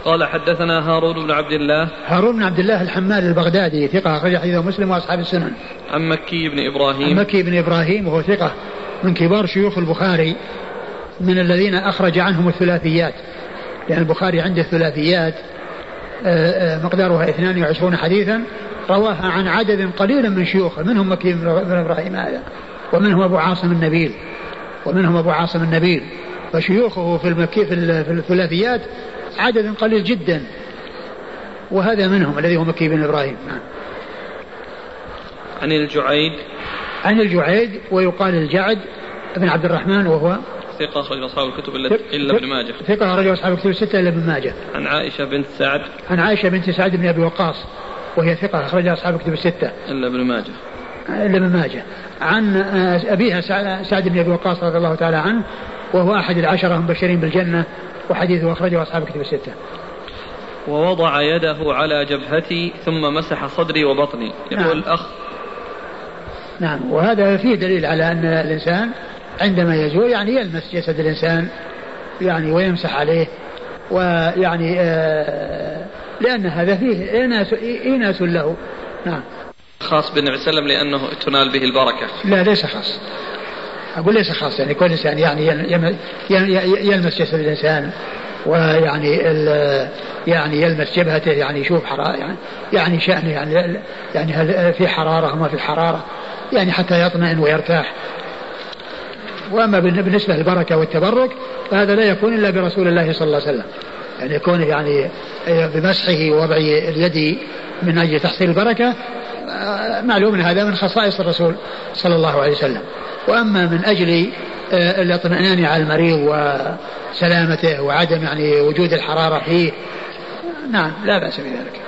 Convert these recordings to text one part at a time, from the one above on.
قال حدثنا هارون بن عبد الله. هارون بن عبد الله الحمال البغدادي ثقة أخرج حديثه مسلم وأصحاب السنن. عن مكي بن إبراهيم. عن مكي بن إبراهيم وهو ثقة من كبار شيوخ البخاري من الذين أخرج عنهم الثلاثيات، لأن البخاري عنده الثلاثيات مقدارها 22 حديثا رواها عن عدد قليل من شيوخه، منهم مكي بن إبراهيم هذا، ومنهم أبو عاصم النبيل، فشيوخه في الثلاثيات عدد قليل جدا، وهذا منهم الذي هو مكي بن إبراهيم. عن الجعيد ويقال الجعد بن عبد الرحمن، وهو ثقة أخرج أصحاب الكتب إلا ابن ماجه. ثقة أخرج أصحاب الكتب الستة إلا ابن ماجه. عن عائشة بنت سعد بن أبي وقاص وهي ثقة أخرج أصحاب الكتب الستة إلا ابن ماجه. عن أبيها سعد بن أبي وقاص رضي الله تعالى عنه، وهو أحد العشرة المبشرين بالجنة، وحديثه أخرجه أصحاب الكتب الستة. ووضع يده على جبهتي ثم مسح صدري وبطني. يقول الأخ. نعم، وهذا فيه دليل على أن الإنسان عندما يجوع يعني يلمس جسد الإنسان يعني ويمسح عليه، ويعني لأن هذا فيه إيناس له. نعم. خاص بالنبي صلى الله عليه وسلم لأنه تنال به البركة. لا ليس خاص، أقول ليس خاص، يعني كل إنسان يعني يلمس جسد الإنسان، ويعني يعني يلمس جبهته، يعني يشوف حرارة، يعني شأنه، يعني هل في حرارة وما في حرارة، يعني حتى يطمئن ويرتاح. وأما بالنسبة للبركة والتبرك فهذا لا يكون إلا برسول الله صلى الله عليه وسلم، يعني يكون يعني بمسحه ووضع اليد من أجل تحصيل البركة، معلوم من هذا من خصائص الرسول صلى الله عليه وسلم. وأما من أجل الاطمئنان على المريض وسلامته وعدم يعني وجود الحرارة فيه، نعم لا بأس بذلك.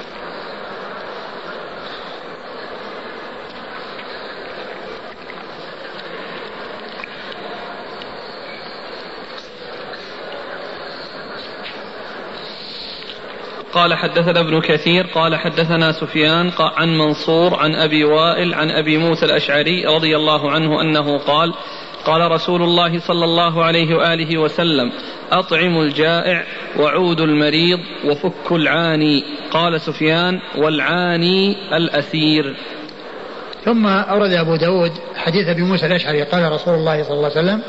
قال حدثنا ابن كثير قال حدثنا سفيان عن منصور عن أبي وائل عن أبي موسى الأشعري رضي الله عنه أنه قال قال رسول الله صلى الله عليه وآله وسلم أطعموا الجائع وعودوا المريض وفكوا العاني. قال سفيان والعاني الأسير. ثم أورد أبو داود حديث أبي موسى الأشعري قال رسول الله صلى الله عليه وسلم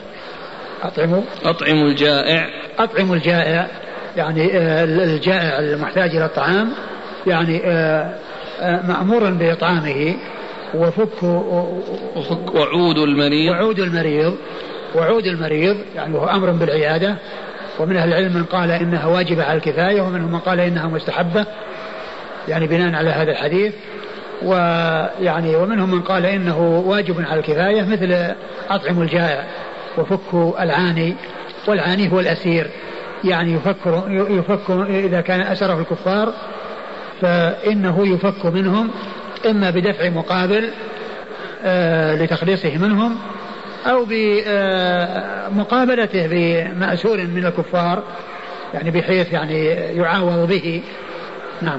أطعموا الجائع يعني الجائع المحتاج إلى الطعام، يعني مأمورا بإطعامه، وفك وعود المريض يعني هو أمر بالعيادة. ومن أهل العلم من قال إنها واجبة على الكفاية، ومنهم من قال إنها مستحبة يعني بناء على هذا الحديث، ويعني ومنهم من قال إنه واجب على الكفاية مثل أطعم الجائع وفك العاني. والعاني هو الأسير، يعني يفك إذا كان أسره الكفار فإنه يفك منهم إما بدفع مقابل لتخليصه منهم، أو بمقابلته بمأسور من الكفار، يعني بحيث يعني يعاوض به. نعم.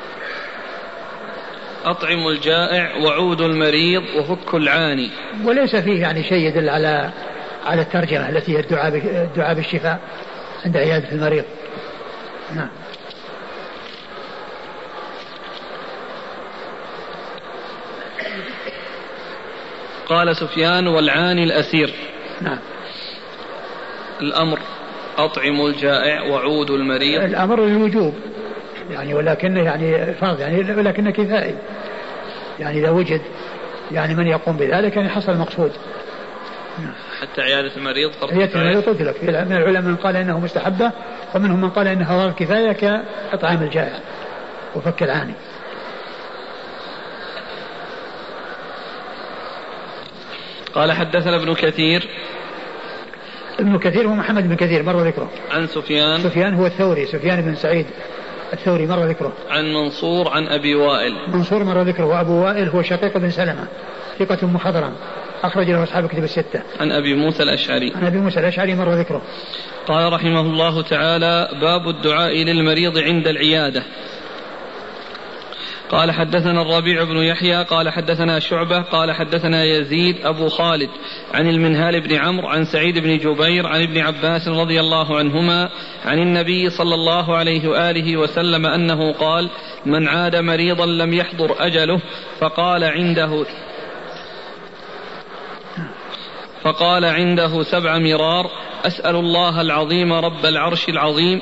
أطعم الجائع وعود المريض وفك العاني. وليس فيه يعني شيء يدل على الترجمة التي هي الدعاء بالشفاء عند عيادة المريض. نعم. قال سفيان والعاني الأسير. نعم. الأمر أطعم الجائع وعود المريض، الأمر للوجوب يعني، ولكن يعني فرض يعني، ولكن كفائي يعني إذا وجد يعني من يقوم بذلك يعني حصل المقصود. حتى عيادة المريض قلت لك من العلماء من قال إنه مستحبة، ومنهم من قال إنها فرض كفاية كإطعام الجائع وفك العاني. قال حدثنا ابن كثير هو محمد بن كثير مر ذكره. عن سفيان هو الثوري، سفيان بن سعيد الثوري مر ذكره. عن منصور عن أبي وائل. منصور مر ذكره، وأبو وائل هو شقيق بن سلمة ثقة مخضرم أخرج له أصحاب الكتب الستة. عن أبي موسى الأشعري مر ذكره. قال رحمه الله تعالى باب الدعاء للمريض عند العيادة. قال حدثنا الربيع بن يحيى قال حدثنا شعبة قال حدثنا يزيد أبو خالد عن المنهال بن عمرو عن سعيد بن جبير عن ابن عباس رضي الله عنهما عن النبي صلى الله عليه وآله وسلم أنه قال: من عاد مريضا لم يحضر أجله فقال عنده 7 مرار: أسأل الله العظيم رب العرش العظيم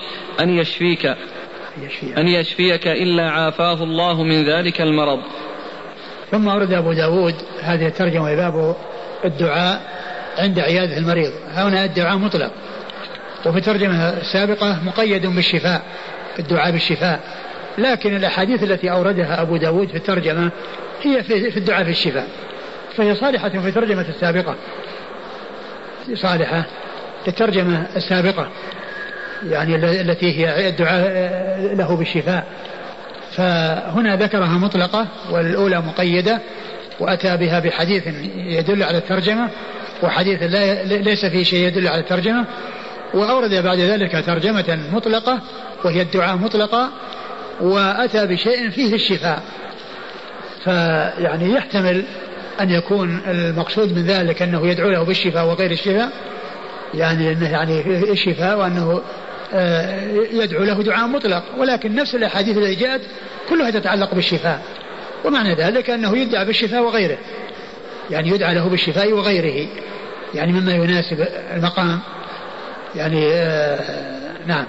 أن يشفيك إلا عافاه الله من ذلك المرض. ثم أورد أبو داود هذه الترجمة باب الدعاء عند عيادة المريض. هنا الدعاء مطلق، وفي الترجمة السابقة مقيد بالشفاء، الدعاء بالشفاء، لكن الأحاديث التي أوردها أبو داود في الترجمة هي في الدعاء في الشفاء، فهي صالحة في الترجمة السابقة، صالحة للترجمة السابقة يعني التي هي الدعاء له بالشفاء. فهنا ذكرها مطلقة والأولى مقيدة، وأتى بها بحديث يدل على الترجمة وحديث ليس فيه شيء يدل على الترجمة، وأورد بعد ذلك ترجمة مطلقة وهي الدعاء مطلقة، وأتى بشيء فيه الشفاء. فيعني يحتمل أن يكون المقصود من ذلك أنه يدعو له بالشفاء وغير الشفاء، يعني أنه يعني الشفاء وأنه يدعو له دعاء مطلق، ولكن نفس الأحاديث التي جاءت كلها تتعلق بالشفاء، ومعنى ذلك أنه يدعى بالشفاء وغيره، يعني يدعى له بالشفاء وغيره، يعني مما يناسب المقام. يعني نعم.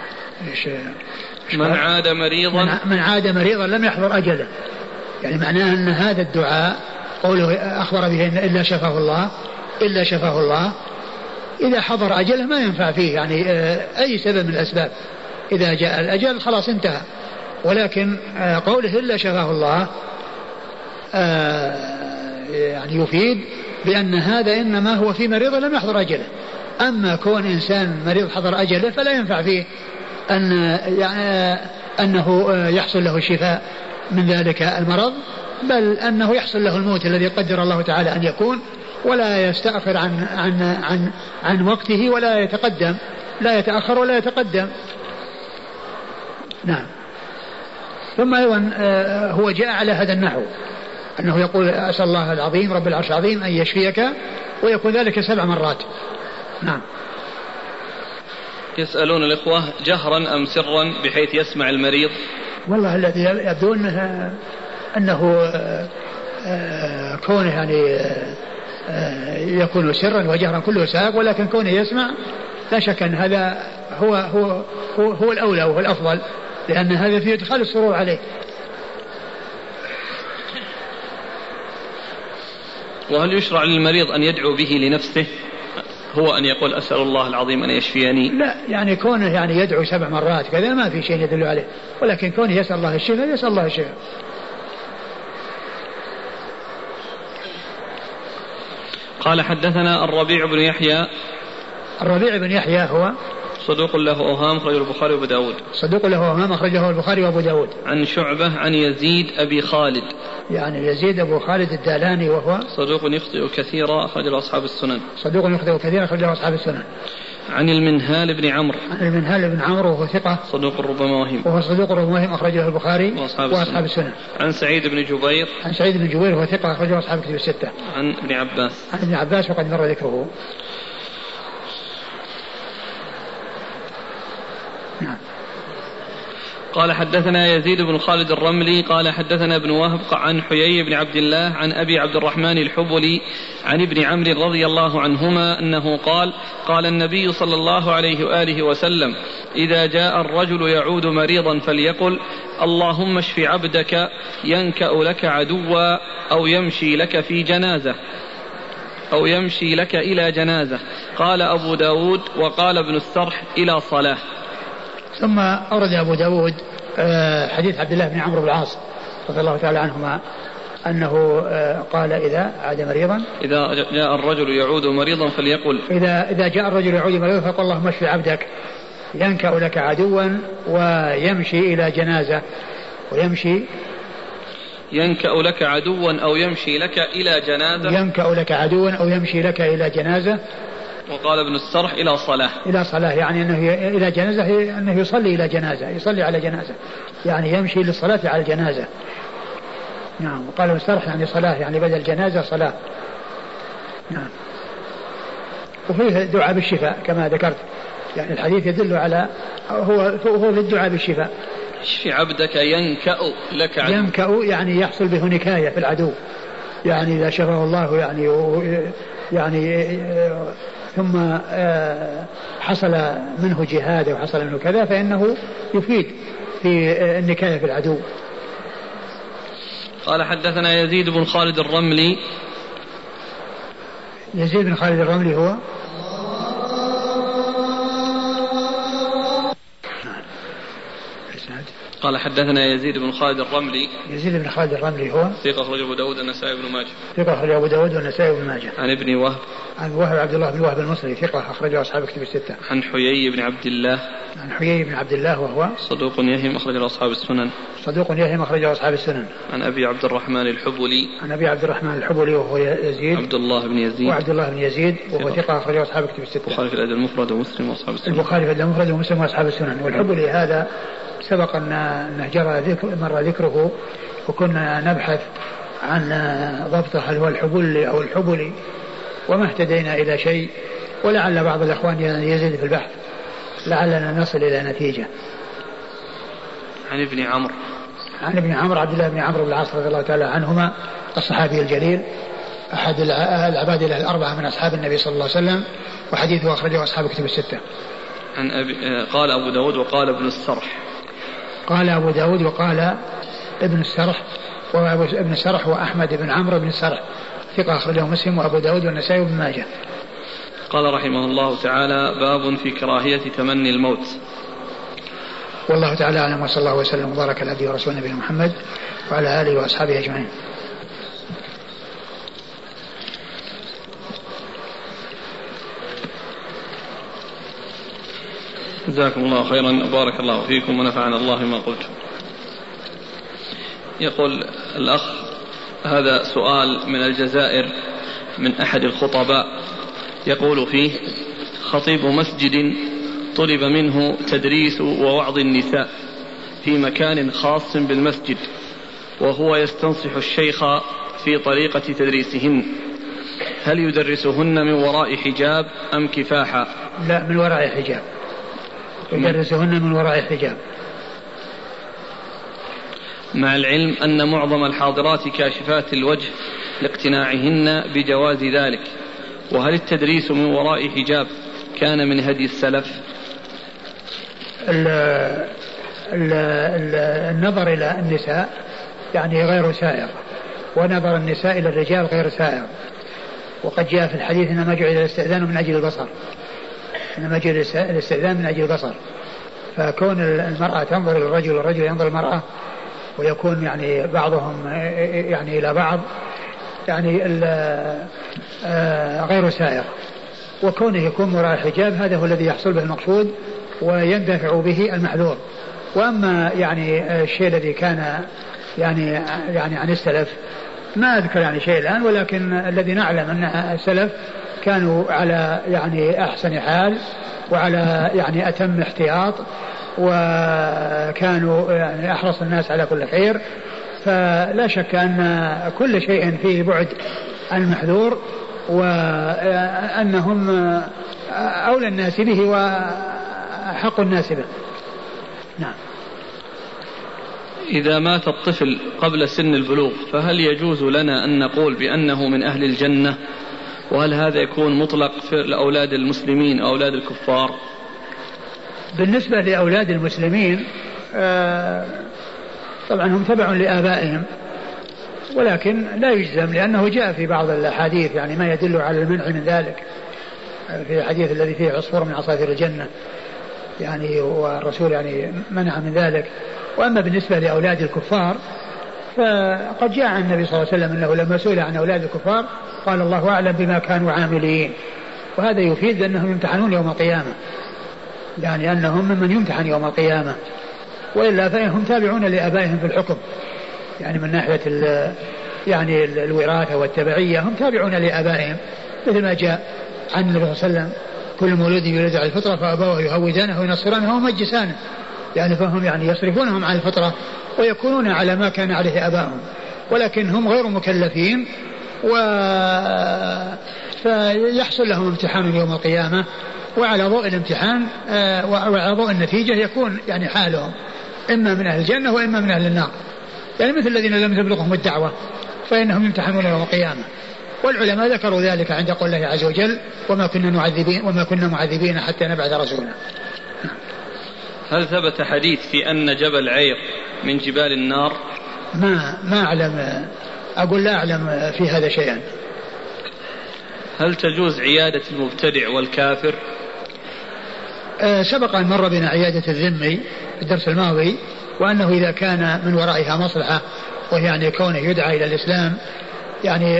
من عاد مريضا لم يحضر أجله، يعني معناه أن هذا الدعاء قوله أخبر به إلا شفاه الله إذا حضر أجله ما ينفع فيه يعني أي سبب من الأسباب، إذا جاء الأجل خلاص انتهى. ولكن قوله إلا شفاه الله يعني يفيد بأن هذا إنما هو في مريض لم يحضر أجله. أما كون إنسان مريض حضر أجله فلا ينفع فيه أنه يحصل له الشفاء من ذلك المرض، بل أنه يحصل له الموت الذي قدر الله تعالى أن يكون، ولا يستأخر عن وقته، ولا يتقدم، لا يتأخر ولا يتقدم. نعم. ثم أيضا هو جاء على هذا النحو أنه يقول: أسأل الله العظيم رب العرش العظيم أن يشفيك، ويكون ذلك 7 مرات. نعم. يسألون الإخوة: جهرا أم سرا بحيث يسمع المريض؟ والله الذي يبدو أنه كونه يعني يكون سرا وجهرا كله ساق، ولكن كونه يسمع لا شك أن هذا هو الأولى وهو الأفضل، لأن هذا فيه إدخال السرور عليه. وهل يشرع للمريض أن يدعو به لنفسه، هو أن يقول أسأل الله العظيم أن يشفيني؟ لا، يعني كونه يعني يدعو 7 مرات كذا ما في شيء يدل عليه، ولكن كونه يسأل الله الشفاء يسأل الله الشفاء. قال حدثنا الربيع بن يحيى. الربيع بن يحيى هو صدوق له أوهام أخرجه البخاري وأبو داود. صدوق له أوهام أخرجه البخاري وأبو داود. عن شعبة عن يزيد أبي خالد، يعني يزيد أبو خالد الدالاني، وهو صدوق يخطئ كثيرا أخرجه أصحاب السنن. صدوق يخطئ كثيرا أخرجه أصحاب السنن. عن المنهال بن عمرو. عن المنهال بن عمرو وهو ثقة صدوق ربما وهم. وهو صدوق ربما وهم أخرجه البخاري وأصحاب السنن. عن سعيد بن جبير. عن سعيد بن جبير وهو ثقة أخرجه أصحاب الكتب الستة. عن ابن عباس. عن ابن عباس وقد مر ذكره. نعم. قال حدثنا يزيد بن خالد الرملي قال حدثنا ابن وهب عن حيي بن عبد الله عن أبي عبد الرحمن الحبلي عن ابن عمرو رضي الله عنهما أنه قال: قال النبي صلى الله عليه وآله وسلم: إذا جاء الرجل يعود مريضا فليقل: اللهم اشف عبدك ينكأ لك عدوا أو يمشي لك في جنازة أو يمشي لك إلى جنازة. قال أبو داود: وقال ابن السرح: إلى صلاة. ثم أورد أبو داود حديث عبد الله بن عمرو بن العاص رضي الله تعالى عنهما أنه قال: إذا عاد مريضا، إذا جاء الرجل يعود مريضا فليقل، إذا جاء الرجل يعود مريضا فقل: اللهم اشف عبدك ينكأ لك عدوا ويمشي إلى جنازة. ويمشي ينكأ لك عدوا أو يمشي لك إلى جنازة. ينكأ لك عدوا أو يمشي لك إلى جنازة. وقال ابن السرح: إلى صلاة. إلى صلاة، يعني أنه إلى جنازة، أنه يصلي إلى جنازة، يصلي على جنازة، يعني يمشي للصلاة على الجنازة. نعم. وقال مسترح يعني صلاة، يعني بدل جنازة صلاة. نعم. وفيه دعاء بالشفاء كما ذكرت، يعني الحديث يدل على هو للدعاء بالشفاء. اشفي عبدك ينكأ لك عدو. ينكأ يعني يحصل به نكاية في العدو، يعني إذا شفاه الله يعني ثم حصل منه جهاد وحصل منه كذا فإنه يفيد في النكاية في العدو. قال حدثنا يزيد بن خالد الرملي. يزيد بن خالد الرملي هو قال حدثنا يزيد بن خالد الرملي. يزيد بن خالد الرملي هو ثقة أخرجه أبو داود والنسائي بن ماجه. ثقة أخرجه أبو داود والنسائي بن ماجه. عن ابن وهب. عن وهب عبد الله بن وهب المصري ثقة أخرجه أصحاب الكتب الستة. عن حيي بن عبد الله. عن حيي بن عبد الله وهو صدوق يهم أخرجه أصحاب السنن. صدوق يهم أخرجه أصحاب السنن. عن أبي عبد الرحمن الحبلي. عن أبي عبد الرحمن الحبلي وهو يزيد عبد الله بن يزيد. وعبد الله بن يزيد وهو ثقة أخرجه أصحاب الكتب الستة. البخاري في الأدب المفرد ومسلم وأصحاب السنن. البخاري في الأدب المفرد ومسلم وأصحاب السنن. والحبلي هذا سبق أن جرى مر ذكره وكنا نبحث عن ضبطه هل هو الحبلي أو الحبلي وما اهتدينا إلى شيء، ولعل بعض الأخوان يزيد في البحث لعلنا نصل إلى نتيجة. عن ابن عمرو. عن ابن عمرو عبد الله بن عمرو بن العاص رضي الله تعالى عنهما الصحابي الجليل أحد العبادلة الأربعة من أصحاب النبي صلى الله عليه وسلم، وحديثه أخرجه أصحاب كتب الستة. عن قال أبو داود وقال ابن السرح. قال أبو داود وقال ابن السرح، وابن السرح وأحمد بن عمرو بن السرح ثقة أخرجه مسلم وأبو داود والنسائي وابن ماجه. قال رحمه الله تعالى باب في كراهية تمني الموت. والله تعالى أعلم، وصلى الله وسلم وبارك على عبده ورسوله نبينا محمد وعلى آله وأصحابه أجمعين. جزاكم الله خيرا، بارك الله فيكم ونفعنا الله ما قلت. يقول الأخ هذا سؤال من الجزائر من أحد الخطباء، يقول فيه: خطيب مسجد طلب منه تدريس ووعظ النساء في مكان خاص بالمسجد، وهو يستنصح الشيخ في طريقة تدريسهن، هل يدرسهن من وراء حجاب أم كفاحا؟ لا، من وراء حجاب، يدرسهن من وراء حجاب، مع العلم أن معظم الحاضرات كاشفات الوجه لاقتناعهن بجواز ذلك، وهل التدريس من وراء حجاب كان من هدي السلف؟ النظر إلى النساء يعني غير سائغ، ونظر النساء إلى الرجال غير سائغ، وقد جاء في الحديث إنما جعل الاستئذان من أجل البصر، إنما جعل الاستئذان من أجل البصر، فكون المرأة تنظر إلى الرجل والرجل ينظر المرأة، ويكون يعني بعضهم يعني إلى بعض يعني غير سائغ، وكونه يكون وراء الحجاب هذا هو الذي يحصل به المقصود ويندفع به المحذور. وأما يعني الشيء الذي كان يعني عن السلف ما أذكر يعني شيء الآن، ولكن الذي نعلم أن السلف كانوا على يعني أحسن حال وعلى يعني أتم احتياط، وكانوا يعني أحرص الناس على كل خير، فلا شك أن كل شيء فيه بعد عن المحذور، وأنهم أولى الناس به وحق الناس به. نعم. إذا مات الطفل قبل سن البلوغ فهل يجوز لنا أن نقول بأنه من أهل الجنة؟ وهل هذا يكون مطلق في الأولاد المسلمين أو أولاد الكفار؟ بالنسبة لأولاد المسلمين طبعا هم تبع لآبائهم، ولكن لا يجزم، لأنه جاء في بعض الأحاديث يعني ما يدل على المنع من ذلك، في الحديث الذي فيه عصفور من عصافير الجنة يعني، والرسول يعني منع من ذلك. وأما بالنسبة لأولاد الكفار فقد جاء عن النبي صلى الله عليه وسلم أنه لما سئل عن أولاد الكفار قال الله أعلم بما كانوا عاملين، وهذا يفيد أنهم يمتحنون يوم القيامة، يعني أنهم ممن يمتحن يوم القيامة، وإلا فإنهم تابعون لآبائهم في الحكم، يعني من ناحية يعني الوراثة والتبعية هم تابعون لآبائهم، مثل ما جاء عن النبي صلى الله عليه وسلم: كل مولود يولد على الفطرة فأبواه يهودانه وينصرانه ويمجسانه، يعني فهم يعني يصرفونهم عن الفطرة ويكونون على ما كان عليه آبائهم، ولكن هم غير مكلفين، فيحصل لهم امتحان يوم القيامة، وعلى ضوء الامتحان وعلى ضوء النتيجة يكون يعني حالهم إما من أهل الجنة وإما من أهل النار، يعني مثل الذين لم تبلغهم الدعوة فإنهم يمتحنون يوم القيامة. والعلماء ذكروا ذلك عند قول الله عز وجل وما كنا معذبين حتى نبعث رسولا. هل ثبت حديث في أن جبل عير من جبال النار؟ ما أعلم، أقول لا أعلم في هذا شيئا. هل تجوز عيادة المبتدع والكافر؟ سبق أن مر بنا عيادة الذمي في الدرس الماضي، وأنه إذا كان من ورائها مصلحة ويعني كونه يدعى إلى الإسلام يعني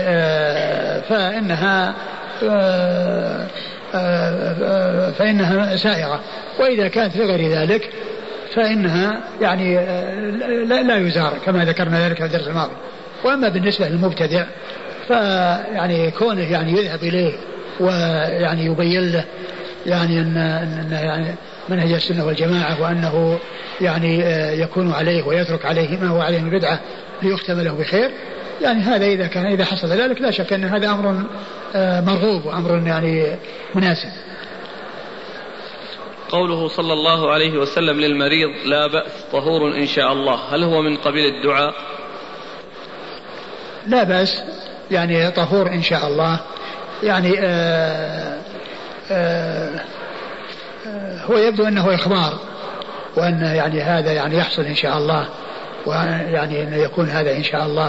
فإنها سائغة، وإذا كانت في غير ذلك فإنها يعني لا يزار كما ذكرنا ذلك في الدرس الماضي. وأما بالنسبة للمبتدع فيعني كونه يعني يذهب إليه ويعني يبين له يعني أن يعني منهج السنة والجماعة وأنه يعني يكون عليه ويترك عليه ما هو عليه من بدعة ليختم له بخير، يعني هذا إذا حصل ذلك لا شك أن هذا أمر مرغوب وأمر يعني مناسب. قوله صلى الله عليه وسلم للمريض لا بأس طهور إن شاء الله، هل هو من قبيل الدعاء؟ لا بأس يعني طهور إن شاء الله، يعني هو يبدو أنه إخبار، وأن يعني هذا يعني يحصل إن شاء الله، ويعني أن يكون هذا إن شاء الله.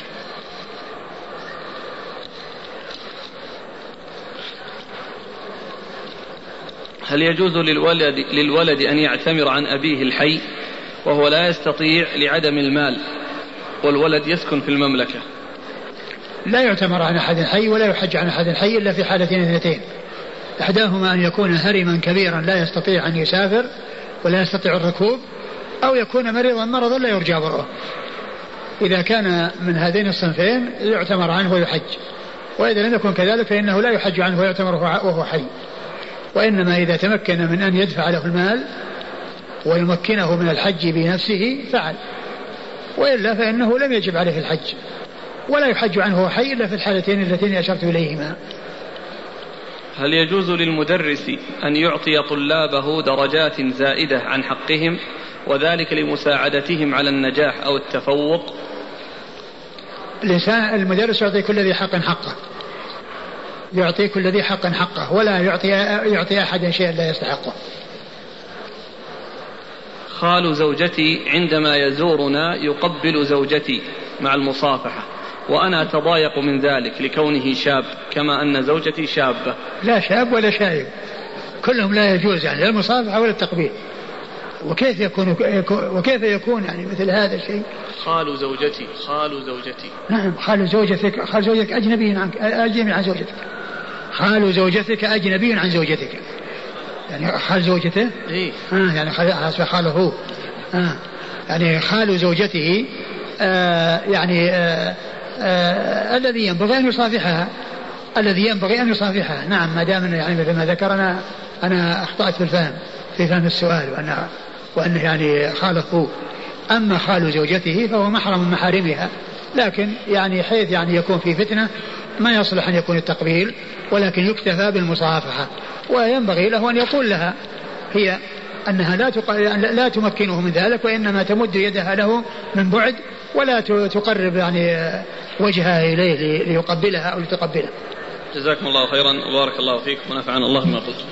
هل يجوز للولد أن يعتمر عن أبيه الحي وهو لا يستطيع لعدم المال والولد يسكن في المملكة؟ لا يعتمر عن أحد حي ولا يحج عن أحد حي إلا في حالتين اثنتين، إحداهما أن يكون هرما كبيرا لا يستطيع أن يسافر ولا يستطيع الركوب، أو يكون مرضا لا يرجى بره. إذا كان من هذين الصنفين يعتمر عنه ويحج، وإذا لم يكن كذلك فإنه لا يحج عنه ويعتمر وهو حي. وإنما إذا تمكن من أن يدفع له المال ويمكنه من الحج بنفسه فعل، وإلا فإنه لم يجب عليه الحج، ولا يحج عنه وهو حي إلا في الحالتين اللتين أشرت إليهما. هل يجوز للمدرس أن يعطي طلابه درجات زائدة عن حقهم وذلك لمساعدتهم على النجاح أو التفوق؟ المدرس يعطي كل ذي حق حقه، يعطي كل ذي حق حقه، ولا يعطي أحد شيئا لا يستحقه. خال زوجتي عندما يزورنا يقبل زوجتي مع المصافحة، وأنا أتضايق من ذلك لكونه شاب كما أن زوجتي شابة. لا شاب ولا شايب، كلهم لا يجوز يعني لا المصافحة ولا التقبيل. وكيف يكون يعني مثل هذا الشيء؟ خال زوجتي نعم، خال زوجتك أجنبي عن زوجتك. خال زوجتك أجنبي عن زوجتك، يعني خال زوجته إيه؟ يعني خاله يعني خال زوجته يعني الذي ينبغي أن يصافحها. نعم، ما دام يعني مثل ما ذكرنا أنا أخطأت في فهم السؤال، وأنه يعني خاله. أما خال زوجته فهو محرم من محارمها، لكن يعني حيث يعني يكون في فتنة ما يصلح أن يكون التقبيل، ولكن يكتفى بالمصافحة. وينبغي له أن يقول لها هي أنها لا تمكنه من ذلك، وإنما تمد يدها له من بعد ولا تقرب يعني وجهها إليه ليقبلها أو لتقبله. جزاكم الله خيرا وبارك الله فيكم ونفعنا الله بما قلتم.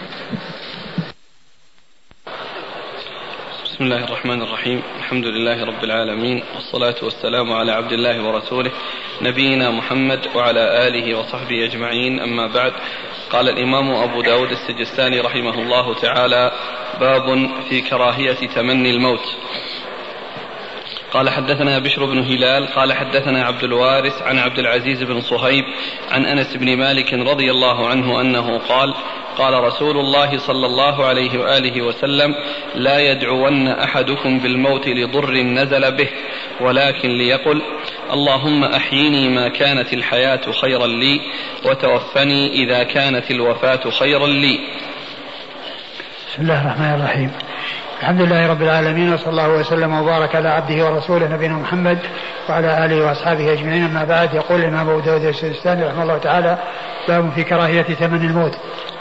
بسم الله الرحمن الرحيم، الحمد لله رب العالمين، والصلاة والسلام على عبد الله ورسوله نبينا محمد وعلى آله وصحبه أجمعين، أما بعد. قال الإمام أبو داود السجستاني رحمه الله تعالى: باب في كراهية تمني الموت. قال حدثنا بشر بن هلال قال حدثنا عبد الوارث عن عبد العزيز بن صهيب عن أنس بن مالك رضي الله عنه أنه قال: قال رسول الله صلى الله عليه وآله وسلم: لا يدعون أحدكم بالموت لضر نزل به، ولكن ليقل: اللهم أحيني ما كانت الحياة خيرا لي، وتوفني إذا كانت الوفاة خيرا لي. بسم الله الرحمن الرحيم. الحمد لله رب العالمين، وصلى الله وسلم وبارك على عبده ورسوله نبينا محمد وعلى آله وأصحابه أجمعين. أما بعد، يقول الإمام أبو داود السجستاني رحمه الله تعالى: باب في كراهية تمني الموت.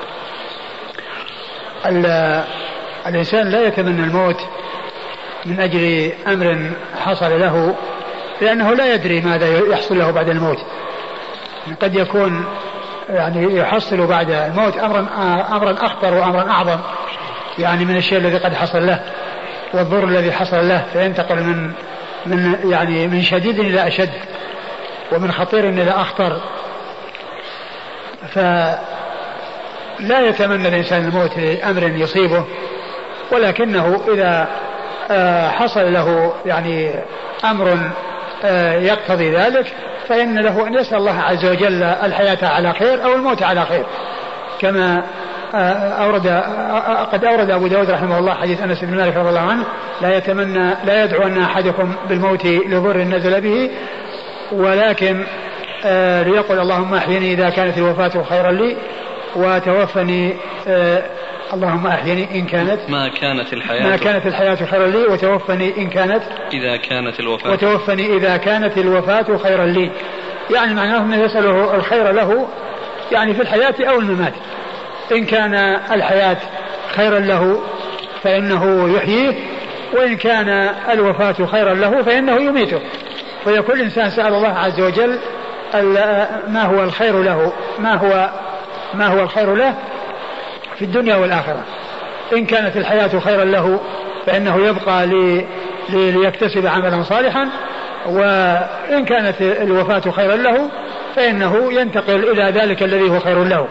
الإنسان لا يتمنى الموت من أجل أمر حصل له، لأنه لا يدري ماذا يحصل له بعد الموت. قد يكون يعني يحصل بعد الموت أمرا أخطر وأمرا أعظم يعني من الشيء الذي قد حصل له والضر الذي حصل له، فينتقل من شديد إلى أشد ومن خطير إلى أخطر. فلا يتمنى الإنسان الموت لأمر يصيبه، ولكنه إذا حصل له يعني أمر يقتضي ذلك فإن له أن يسأل الله عز وجل الحياة على خير أو الموت على خير، كما قد أورد أبو داود رحمه الله حديث أنس بن مالك رضي الله عنه: لا يدعو أن أحدكم بالموت لضر نزل به، ولكن ليقول اللهم أحيني إذا كانت الوفاة خيرا لي وتوفني اللهم أحيني إن كانت ما كانت الحياة خيرا لي وتوفني إن كانت إذا كانت الوفاة خيرا لي. يعني معناه أنه يسأله الخير له يعني في الحياة أو الممات. إن كان الحياة خيرا له فإنه يحييه، وإن كان الوفاة خيرا له فإنه يميته. ويكون الإنسان سأل الله عز وجل ما هو الخير له، ما هو الخير له في الدنيا والآخرة. إن كانت الحياة خيرا له فإنه يبقى ليكتسب عملا صالحا، وإن كانت الوفاة خيرا له فإنه ينتقل إلى ذلك الذي هو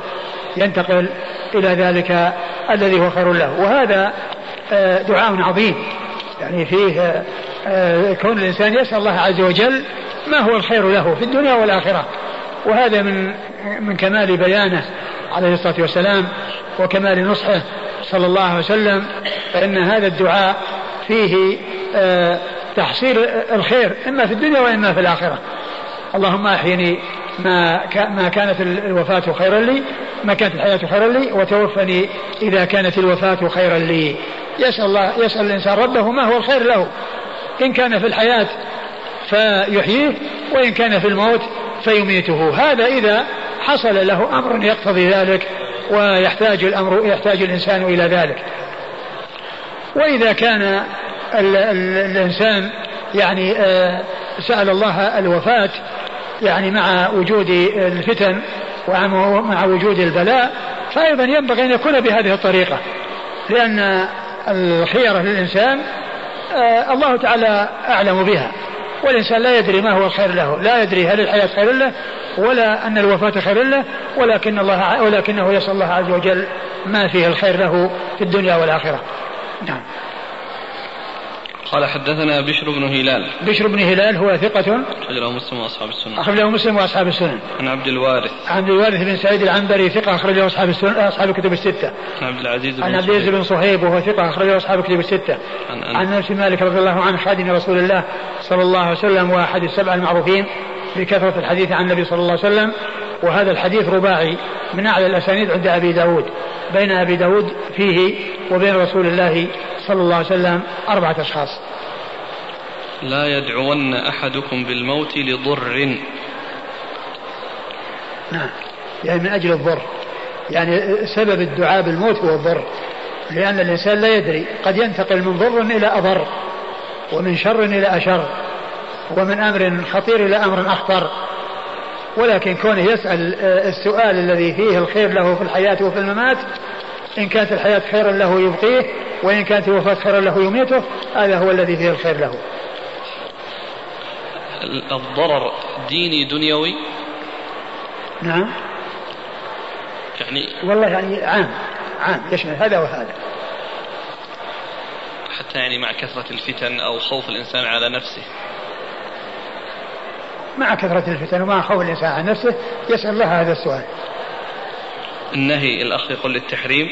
خير له. وهذا دعاء عظيم يعني فيه كون الإنسان يسأل الله عز وجل ما هو الخير له في الدنيا والآخرة. وهذا من كمال بيانه عليه الصلاة والسلام وكمال نصحه صلى الله عليه وسلم، فإن هذا الدعاء فيه تحصيل الخير إما في الدنيا وإما في الآخرة. اللهم أحيني ما كانت الوفاة خيرا لي، ما كانت الحياة خيرا لي، وتوفني إذا كانت الوفاة خيرا لي. يسأل الإنسان ربه ما هو الخير له، إن كان في الحياة فيحييه، وإن كان في الموت فيميته. هذا إذا حصل له أمر يقتضي ذلك ويحتاج الإنسان إلى ذلك. وإذا كان الإنسان يعني سأل الله الوفاة يعني مع وجود الفتن ومع وجود البلاء، فأيضا ينبغي أن يكون بهذه الطريقة، لأن الخيرة للإنسان الله تعالى أعلم بها، والإنسان لا يدري ما هو الخير له، لا يدري هل الحياة خير له ولا أن الوفاة خير له، ولكنه يسأل الله عز وجل ما فيه الخير له في الدنيا والآخرة. نعم. قال حدثنا بشر بن هلال هو ثقة أخرجه مسلم وأصحاب السنن. عن عبد الوارث بن سعيد العنبري ثقة أخرجه أصحاب الكتب الستة. عن عبد العزيز بن صهيب وهو ثقة أخرجه أصحاب الكتب الستة. عن أنس مالك رضي الله عنه خادم رسول الله صلى الله عليه وسلم وأحد السبع المعروفين بكثرة الحديث عن النبي صلى الله عليه وسلم. وهذا الحديث رباعي من أعلى الأسانيد عند أبي داود، بين أبي داود فيه وبين رسول الله صلى الله عليه وسلم 4 أشخاص. لا يدعون أحدكم بالموت لضر. نعم، يعني من أجل الضر، يعني سبب الدعاء بالموت هو الضر، لأن الإنسان لا يدري، قد ينتقل من ضر إلى أضر، ومن شر إلى أشر، ومن أمر خطير إلى أمر أخطر. ولكن كونه يسأل السؤال الذي فيه الخير له في الحياة وفي الممات، إن كانت الحياة خيرا له يبقيه، وإن كانت الوفاة خيرا له يميته، هذا هو الذي فيه الخير له. الضرر ديني دنيوي؟ نعم، يعني والله يعني عام يشمل هذا وهذا، حتى يعني مع كثرة الفتن أو خوف الإنسان على نفسه. مع كثرة الفتن ومع خوف الإنسان على نفسه يسأل الله هذا السؤال. النهي الأخ يقول للتحريم،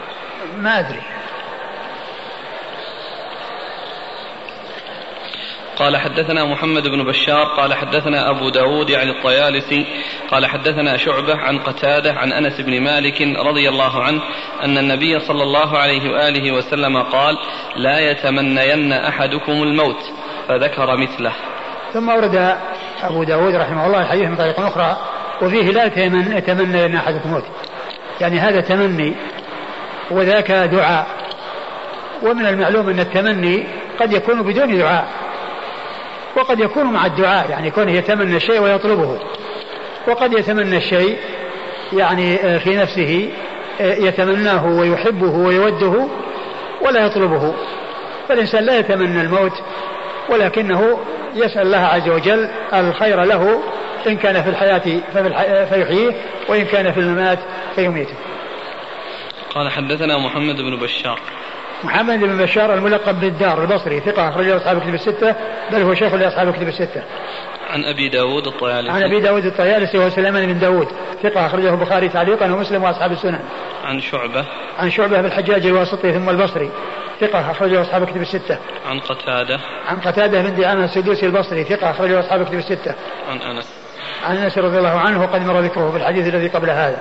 ما أدري. قال حدثنا محمد بن بشار قال حدثنا أبو داود يعني الطيالسي قال حدثنا شعبة عن قتادة عن أنس بن مالك رضي الله عنه أن النبي صلى الله عليه وآله وسلم قال لا يتمنين أحدكم الموت فذكر مثله. ثم ورد أبو داود رحمه الله الحديث من طريق أخرى وفيه لا يتمنى أن أحدكم الموت، يعني هذا تمني وذاك دعاء. ومن المعلوم أن التمني قد يكون بدون دعاء وقد يكون مع الدعاء، يعني يكون يتمنى الشيء ويطلبه، وقد يتمنى الشيء يعني في نفسه يتمناه ويحبه ويوده ولا يطلبه. فالإنسان لا يتمنى الموت ولكنه يسأل الله عز وجل الخير له، إن كان في الحياة فيحييه وإن كان في الممات فيميته. قال حدثنا محمد بن بشار. محمد بن بشار الملقب بالدار البصري ثقة أخرجه أصحاب الكتب الستة، بل هو شيخ لأصحاب الكتب الستة. عن أبي داود الطيالسي. عن أبي داود الطيالسي وهو سليمان بن داود ثقة أخرجه البخاري تعليقا ومسلم وأصحاب السنن. عن شعبة. عن شعبة بالحجاج الواسطي ثم البصري ثقة أخرجه أصحاب الكتب الستة. عن قتادة. عن قتادة بن دعامة السدوسي البصري ثقة أخرجه أصحاب الكتب الستة. عن أنس. عن أنس رضي الله عنه وقد مر ذكره في الحديث الذي قبل هذا.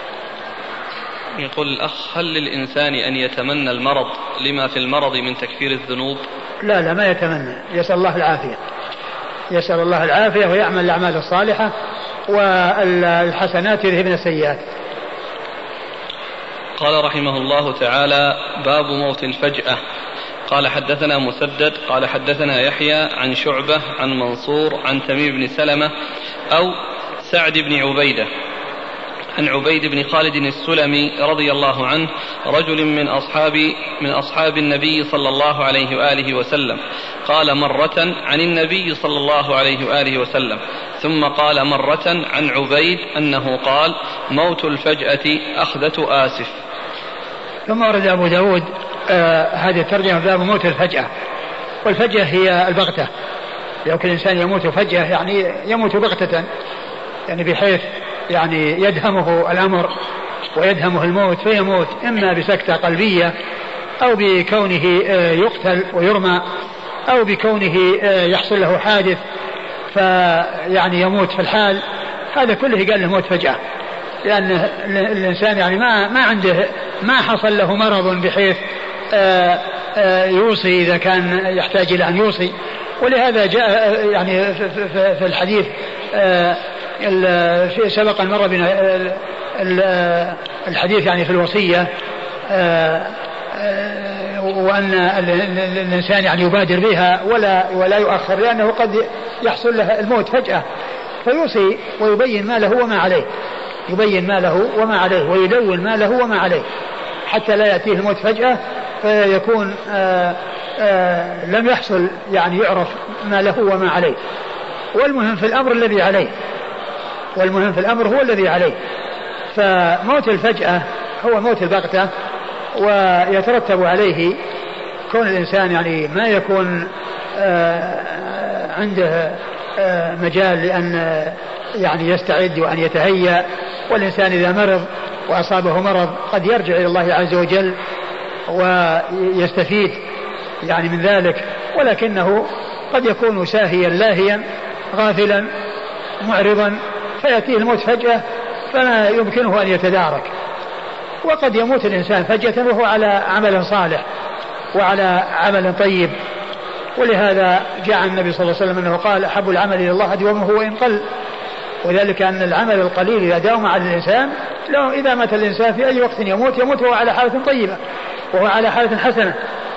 يقول الأخ هل للإنسان أن يتمنى المرض لما في المرض من تكفير الذنوب؟ لا ما يتمنى، يسأل الله العافية، يسأل الله العافية ويعمل الأعمال الصالحة والحسنات يذهبن السيئات. قال رحمه الله تعالى باب موت الفجأة. قال حدثنا مسدد قال حدثنا يحيى عن شعبة عن منصور عن تميم بن سلمة أو سعد بن عبيدة عن عبيد بن خالد السلمي رضي الله عنه رجل من أصحاب النبي صلى الله عليه وآله وسلم قال مرة عن النبي صلى الله عليه وآله وسلم ثم قال مرة عن عبيد أنه قال موت الفجأة أخذة آسف. ثم ورد أبو داود هذه الترجمة باب موت الفجأة. والفجأة هي البغتة، يمكن الإنسان يموت فجأة يعني يموت بغتة، يعني بحيث يعني يدهمه الأمر ويدهمه الموت فيموت إما بسكتة قلبية أو بكونه يقتل ويرمى أو بكونه يحصل له حادث فيعني يموت في الحال. هذا كله قال له موت فجأة، لأن الإنسان يعني ما عنده ما حصل له مرض بحيث يوصي إذا كان يحتاج إلى أن يوصي. ولهذا جاء يعني في الحديث سبق مرة بنا الحديث يعني في الوصية وأن الإنسان يعني يبادر بها ولا يؤخر، لأنه قد يحصل له الموت فجأة فيوصي ويبين ما له وما عليه، يبين ما له وما عليه ويدون ما له وما عليه حتى لا يأتيه الموت فجأة فيكون لم يحصل يعني يعرف ما له وما عليه. والمهم في الأمر الذي عليه، والمهم في الأمر هو الذي عليه. فموت الفجأة هو موت البغتة، ويترتب عليه كون الإنسان يعني ما يكون عنده مجال لأن يعني يستعد وأن يتهيأ. والإنسان إذا مرض وأصابه مرض قد يرجع إلى الله عز وجل ويستفيد يعني من ذلك، ولكنه قد يكون ساهيا لاهيا غافلا معرضا فيأتيه الموت فجأة فلا يمكنه أن يتدارك. وقد يموت الإنسان فجأة وهو على عمل صالح وعلى عمل طيب. ولهذا جاء النبي صلى الله عليه وسلم أنه قال أحب العمل إلى الله أدومه وإن قل، وذلك أن العمل القليل إذا داوم على الإنسان لو إذا مات الإنسان في أي وقت يموت وهو على حالة طيبة وهو على حالة حسنة.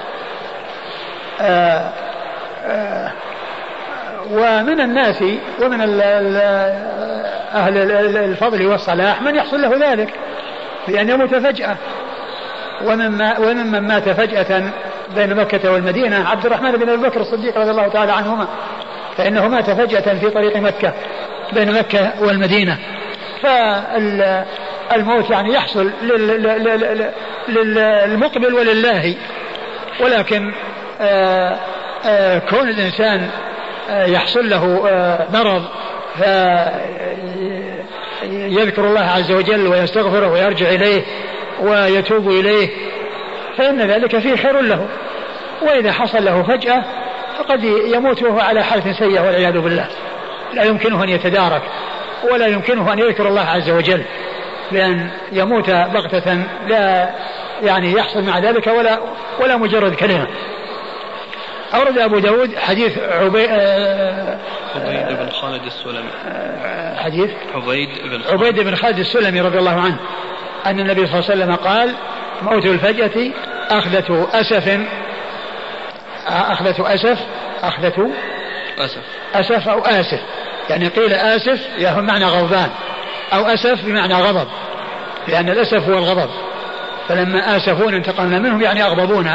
ومن الناس ومن أهل الفضل والصلاح من يحصل له ذلك بأن يموت فجأة. وممن مات فجأة بين مكة والمدينة عبد الرحمن بن أبي بكر الصديق رضي الله تعالى عنهما، فإنه مات فجأة في طريق مكة بين مكة والمدينة. فالموت يعني يحصل للمقبل ولله، ولكن كون الإنسان يحصل له مرض فيذكر الله عز وجل ويستغفره ويرجع إليه ويتوب إليه فإن ذلك فيه خير له. وإذا حصل له فجأة فقد يموت وهو على حالة سيئة والعياذ بالله، لا يمكنه أن يتدارك ولا يمكنه أن يذكر الله عز وجل، لأن يموت بغتة لا يعني يحصل مع ذلك ولا مجرد كلمة. أورد أبو داود حديث عبيد بن خالد السلمي، حديث عبيد بن خالد السلمي رضي الله عنه أن النبي صلى الله عليه وسلم قال: موت الفجأة أخذة أسف أو آسف، يعني قيل آسف يهم معنى غضبان، أو أسف بمعنى غضب، لأن الأسف هو الغضب، فلما آسفون انتقمنا منهم يعني أغضبونا.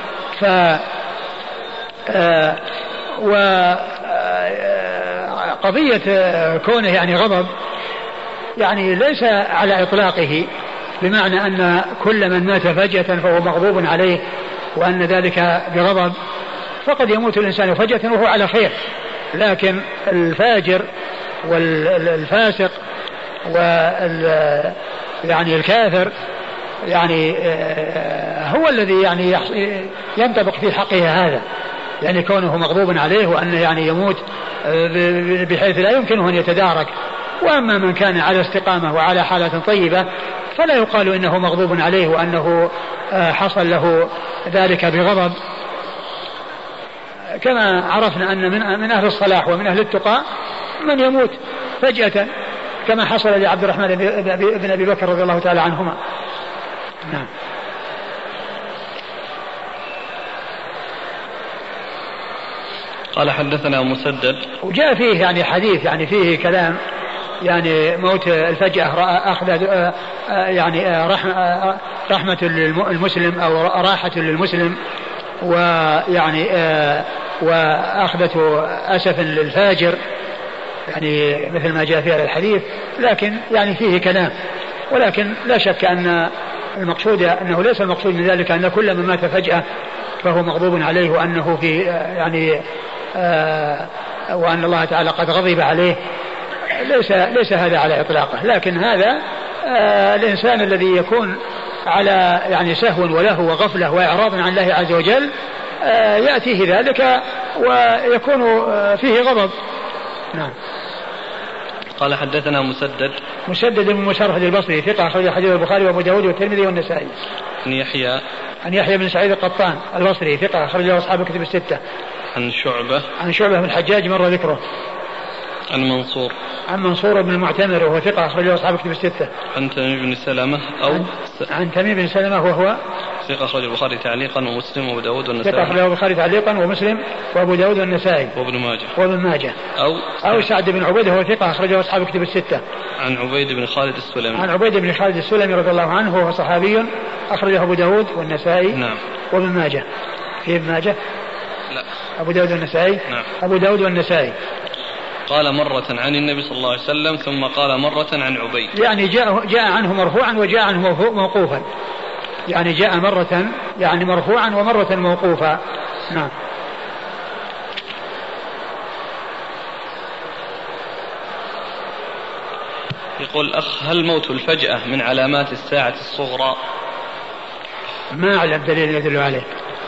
وقضية كونه يعني غضب يعني ليس على إطلاقه، بمعنى أن كل من مات فجأة فهو مغضوب عليه وأن ذلك بغضب، فقد يموت الإنسان فجأة وهو على خير، لكن الفاجر والفاسق يعني الكافر يعني هو الذي يعني ينطبق في حقه هذا، يعني كونه مغضوب عليه وأنه يعني يموت بحيث لا يمكنه أن يتدارك. وأما من كان على استقامة وعلى حالة طيبة فلا يقال إنه مغضوب عليه وأنه حصل له ذلك بغضب، كما عرفنا أن من أهل الصلاح ومن أهل التقى من يموت فجأة، كما حصل لعبد الرحمن بن أبي بكر رضي الله تعالى عنهما. نعم. قال حدثنا مسدد، وجاء فيه يعني حديث يعني فيه كلام، يعني موت الفجأة أخذ يعني رحمة للمسلم أو راحة للمسلم، ويعني وأخذة أسف للفاجر، يعني مثل ما جاء في هذا الحديث، لكن يعني فيه كلام. ولكن لا شك أن المقصود أنه ليس المقصود من ذلك أن كل من مات فجأة فهو مغضوب عليه وأنه في يعني وأن الله تعالى قد غضب عليه، ليس هذا على إطلاقه. لكن هذا الإنسان الذي يكون على يعني سهو وله وغفلة وإعراض عن الله عز وجل يأتيه ذلك ويكون فيه غضب. نعم. قال حدثنا مسدد بن مسرهد البصري ثقة أخرج حديث البخاري وأبو داود والترمذي والنسائي. عن يحيى بن سعيد القطان البصري ثقة أخرج له أصحاب الكتب الستة. عن شعبة بن الحجاج مر ذكره. عن منصور بن المعتمر وهو ثقة أخرج له أصحاب الكتب الستة. عن تميم بن سلمة عن تميم بن سلمة وهو ثقة أخرج البخاري تعليقا ومسلم وأبو داود والنسائي. ثقة أخرج البخاري تعليقا ومسلم وأبو داود والنسائي وابن ماجه. أو سعد بن عبيدة وهو ثقة أخرجه أصحاب الكتب الستة. عن عبيد بن خالد السلمي رضي الله عنه وهو صحابي أخرجه أبو داود والنسائي. نعم. وابن ماجه. في ابن ماجه؟ لا. أبو داود والنسائي. نعم. أبو داود والنسائي. قال مرة عن النبي صلى الله عليه وسلم ثم قال مرة عن عبيد، يعني جاء عنه مرفوعا وجاء عنه موقوفا، يعني جاء مرة يعني مرفوعا ومرة موقوفا. نعم. يقول أخ: هل موت الفجأة من علامات الساعة الصغرى؟ ما أعلم دليل يدل عليه.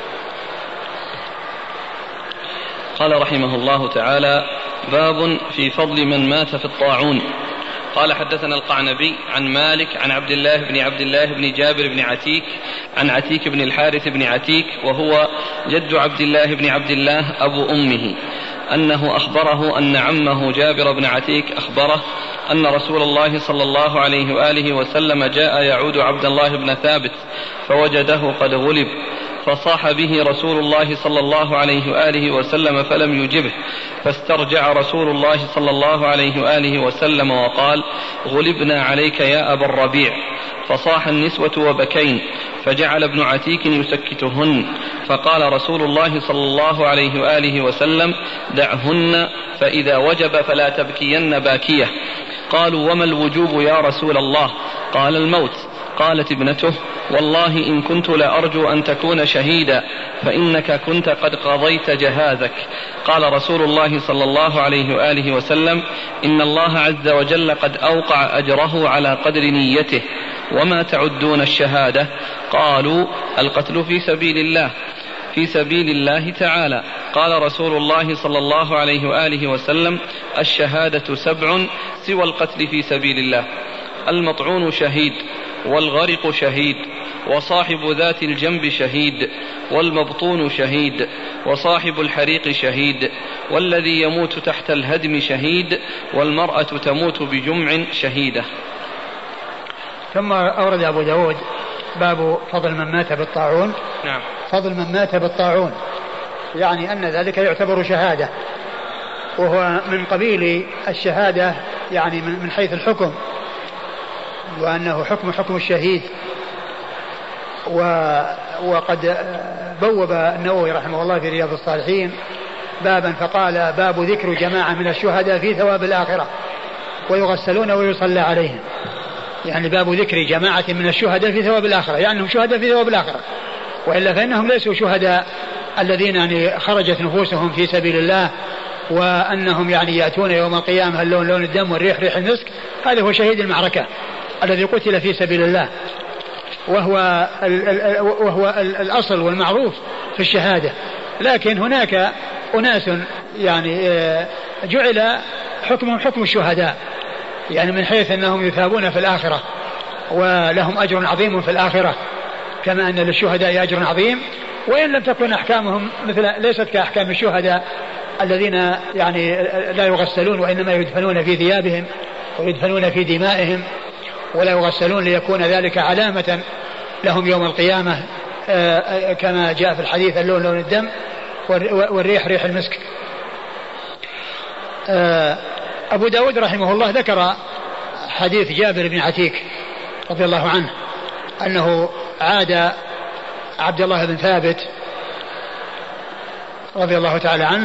قال رحمه الله تعالى: باب في فضل من مات في الطاعون. قال حدثنا القعنبي عن مالك عن عبد الله بن جابر بن عتيك عن عتيك بن الحارث بن عتيك وهو جد عبد الله أبو أمه، أنه أخبره أن عمه جابر بن عتيك أخبره أن رسول الله صلى الله عليه وآله وسلم جاء يعود عبد الله بن ثابت فوجده قد غلب، فصاح به رسول الله صلى الله عليه وآله وسلم فلم يجبه، فاسترجع رسول الله صلى الله عليه وآله وسلم وقال: غلبنا عليك يا أبا الربيع. فصاح النسوة وبكين، فجعل ابن عتيك يسكتهن، فقال رسول الله صلى الله عليه وآله وسلم: دعهن، فإذا وجب فلا تبكين باكية. قالوا: وما الوجوب يا رسول الله؟ قال: الموت. قالت ابنته: والله إن كنت لأرجو أن تكون شهيدا، فإنك كنت قد قضيت جهازك. قال رسول الله صلى الله عليه وآله وسلم: إن الله عز وجل قد أوقع أجره على قدر نيته. وما تعدون الشهادة؟ قالوا: القتل في سبيل الله. في سبيل الله تعالى. قال رسول الله صلى الله عليه وآله وسلم: الشهادة 7 سوى القتل في سبيل الله: المطعون شهيد، والغرق شهيد، وصاحب ذات الجنب شهيد، والمبطون شهيد، وصاحب الحريق شهيد، والذي يموت تحت الهدم شهيد، والمرأة تموت بجمع شهيدة. ثم أورد أبو داود باب فضل من مات بالطاعون. نعم. فضل من مات بالطاعون يعني أن ذلك يعتبر شهادة، وهو من قبيل الشهادة يعني من حيث الحكم، وأنه حكم الشهيد. وقد بوب النووي رحمه الله في رياض الصالحين بابا فقال: باب ذكر جماعة من الشهداء في ثواب الآخرة ويغسلون ويصلى عليهم. يعني باب ذكر جماعة من الشهداء في ثواب الآخرة، يعني هم شهداء في ثواب الآخرة، وإلا فإنهم ليسوا شهداء الذين يعني خرجت نفوسهم في سبيل الله، وأنهم يعني يأتون يوم القيامة اللون لون الدم والريح ريح المسك. هذا هو شهيد المعركة الذي قتل في سبيل الله، وهو الأصل والمعروف في الشهادة. لكن هناك أناس يعني جعل حكمهم حكم الشهداء، يعني من حيث أنهم يثابون في الآخرة ولهم أجر عظيم في الآخرة، كما أن للشهداء أجر عظيم، وإن لم تكن أحكامهم ليست كأحكام الشهداء الذين يعني لا يغسلون، وإنما يدفنون في ثيابهم ويدفنون في دمائهم، ولا يغسلون ليكون ذلك علامة لهم يوم القيامة، كما جاء في الحديث: اللون لون الدم والريح ريح المسك. أبو داود رحمه الله ذكر حديث جابر بن عتيك رضي الله عنه أنه عاد عبد الله بن ثابت رضي الله تعالى عنه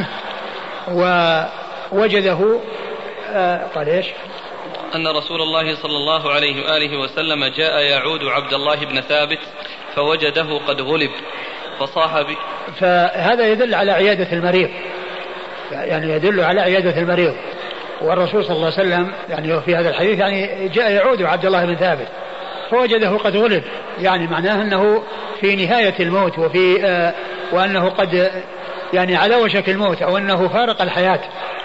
ووجده قال إيش؟ أن رسول الله صلى الله عليه وآله وسلم جاء يعود عبد الله بن ثابت فوجده قد غلب فصاح به. فهذا يدل على عيادة المريض، يعني يدل على عيادة المريض. والرسول صلى الله عليه وسلم يعني في هذا الحديث يعني جاء يعود عبد الله بن ثابت فوجده قد غلب، يعني معناه أنه في نهاية الموت، وأنه قد يعني على وشك الموت، أو أنه فارق الحياة.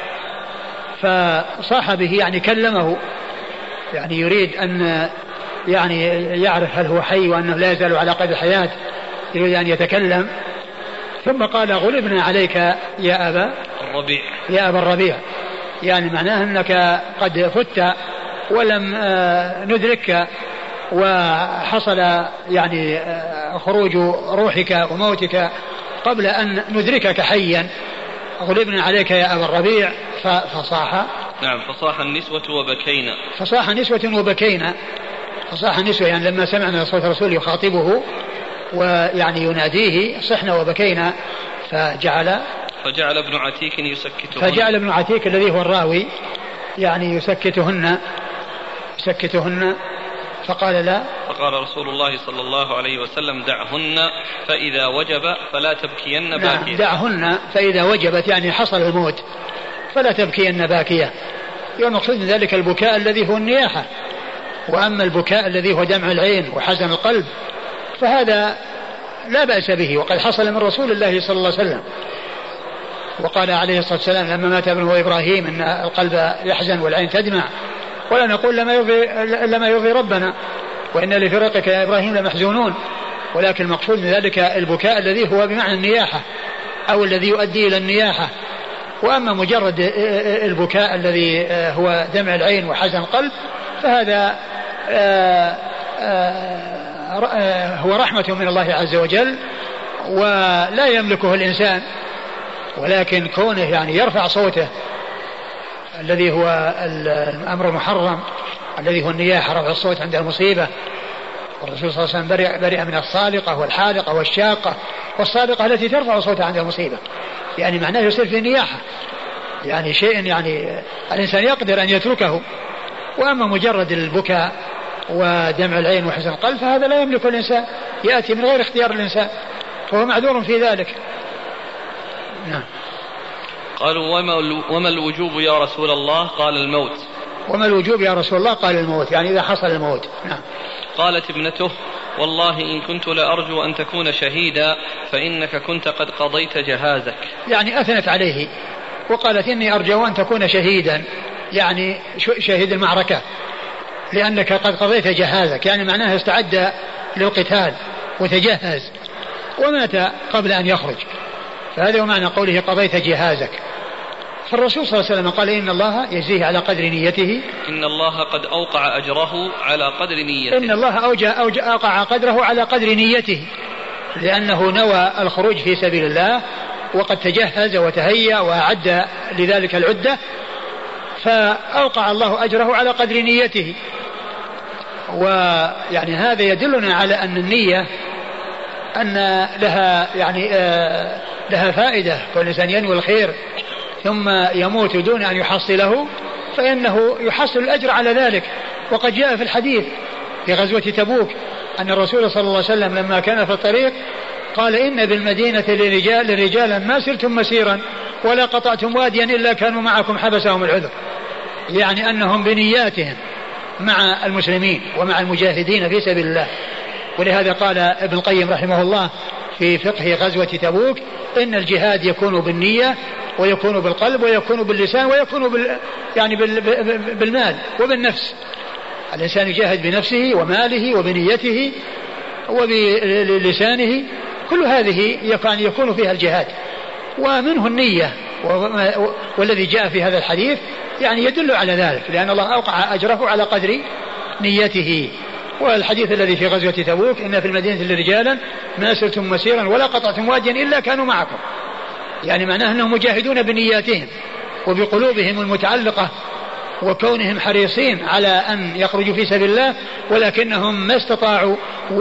فصاح به يعني كلمه، يعني يريد أن يعني يعرف هل هو حي وأنه لا يزال على قيد الحياة، يريد أن يتكلم. ثم قال: غلبنا عليك يا أبا الربيع، يعني معناه أنك قد فت ولم ندركك، وحصل يعني خروج روحك وموتك قبل أن ندركك حيا. غلبنا عليك يا أبا الربيع. فصاح. نعم. فصاح النسوة وبكينا. فصاح النسوة وبكينا. فصاح النسوة يعني لما سمعنا صوت الرسول يخاطبه ويعني يناديه صحنا وبكينا. فجعل ابن عتيك يسكتهن. فجعل ابن عتيك الذي هو الراوي يعني يسكتهن. فقال لا. فقال رسول الله صلى الله عليه وسلم: دعهن فإذا وجب فلا تبكين باكية. دعهن فإذا وجبت يعني حصل الموت فلا تبكين باكية. والمقصود من ذلك البكاء الذي هو النياحة، وأما البكاء الذي هو دمع العين وحزن القلب فهذا لا بأس به، وقد حصل من رسول الله صلى الله عليه وسلم. وقال عليه الصلاة والسلام لما مات ابنه إبراهيم: إن القلب يحزن والعين تدمع، ولا نقول لما يرضي ربنا، وإن لفراقك يا إبراهيم لمحزونون. ولكن المقصود من ذلك البكاء الذي هو بمعنى النياحة أو الذي يؤدي إلى النياحة. وأما مجرد البكاء الذي هو دمع العين وحزن القلب فهذا هو رحمة من الله عز وجل ولا يملكه الإنسان، ولكن كونه يعني يرفع صوته الذي هو الأمر المحرم الذي هو النياحة، رفع الصوت عند المصيبة. والرسول صلى الله عليه وسلم برئ من الصالقة والحالقة والشاقة، والصالقة التي ترفع صوتها عند المصيبة، يعني معناه يصير في نياحة، يعني شيء يعني الإنسان يقدر أن يتركه. وأما مجرد البكاء ودمع العين وحزن القلب فهذا لا يملك الإنسان، يأتي من غير اختيار الإنسان، فهو معذور في ذلك. نعم. قالوا: وما الوجوب يا رسول الله؟ قال: الموت. وما الوجوب يا رسول الله؟ قال: الموت، يعني إذا حصل الموت. نعم. قالت ابنته: والله إن كنت لأرجو أن تكون شهيدا فإنك كنت قد قضيت جهازك. يعني أثنت عليه وقالت إني أرجو أن تكون شهيدا، يعني شهيد المعركة، لأنك قد قضيت جهازك، يعني معناه استعد للقتال وتجهز ومات قبل أن يخرج، فهذا هو معنى قوله قضيت جهازك. فالرسول صلى الله عليه وسلم قال إن الله يجزيه على قدر نيته، إن الله قد أوقع أجره على قدر نيته، إن الله أوقع قدره على قدر نيته، لأنه نوى الخروج في سبيل الله وقد تجهز وتهيأ وأعد لذلك العدة، فأوقع الله أجره على قدر نيته. ويعني هذا يدلنا على أن النية أن لها يعني لها فائدة، فالإنسان ينوي الخير ثم يموت دون أن يحصله فإنه يحصل الأجر على ذلك. وقد جاء في الحديث في غزوة تبوك أن الرسول صلى الله عليه وسلم لما كان في الطريق قال إن بالمدينة لرجالا ما سرتم مسيرا ولا قطعتم واديا إلا كانوا معكم حبسهم العذر، يعني أنهم بنياتهم مع المسلمين ومع المجاهدين في سبيل الله. ولهذا قال ابن القيم رحمه الله في فقه غزوة تبوك إن الجهاد يكون بالنية ويكون بالقلب ويكون باللسان ويكون يعني بالمال وبالنفس. الإنسان يجاهد بنفسه وماله وبنيته وبلسانه، كل هذه يكون فيها الجهاد، ومنه النية. والذي جاء في هذا الحديث يعني يدل على ذلك، لأن الله أوقع أجره على قدر نيته. والحديث الذي في غزوة تبوك إن في المدينة لرجالا ما سرتم مسيرا ولا قطعتم واديا إلا كانوا معكم، يعني معناه أنهم مجاهدون بنياتهم وبقلوبهم المتعلقة وكونهم حريصين على أن يخرجوا في سبيل الله، ولكنهم ما استطاعوا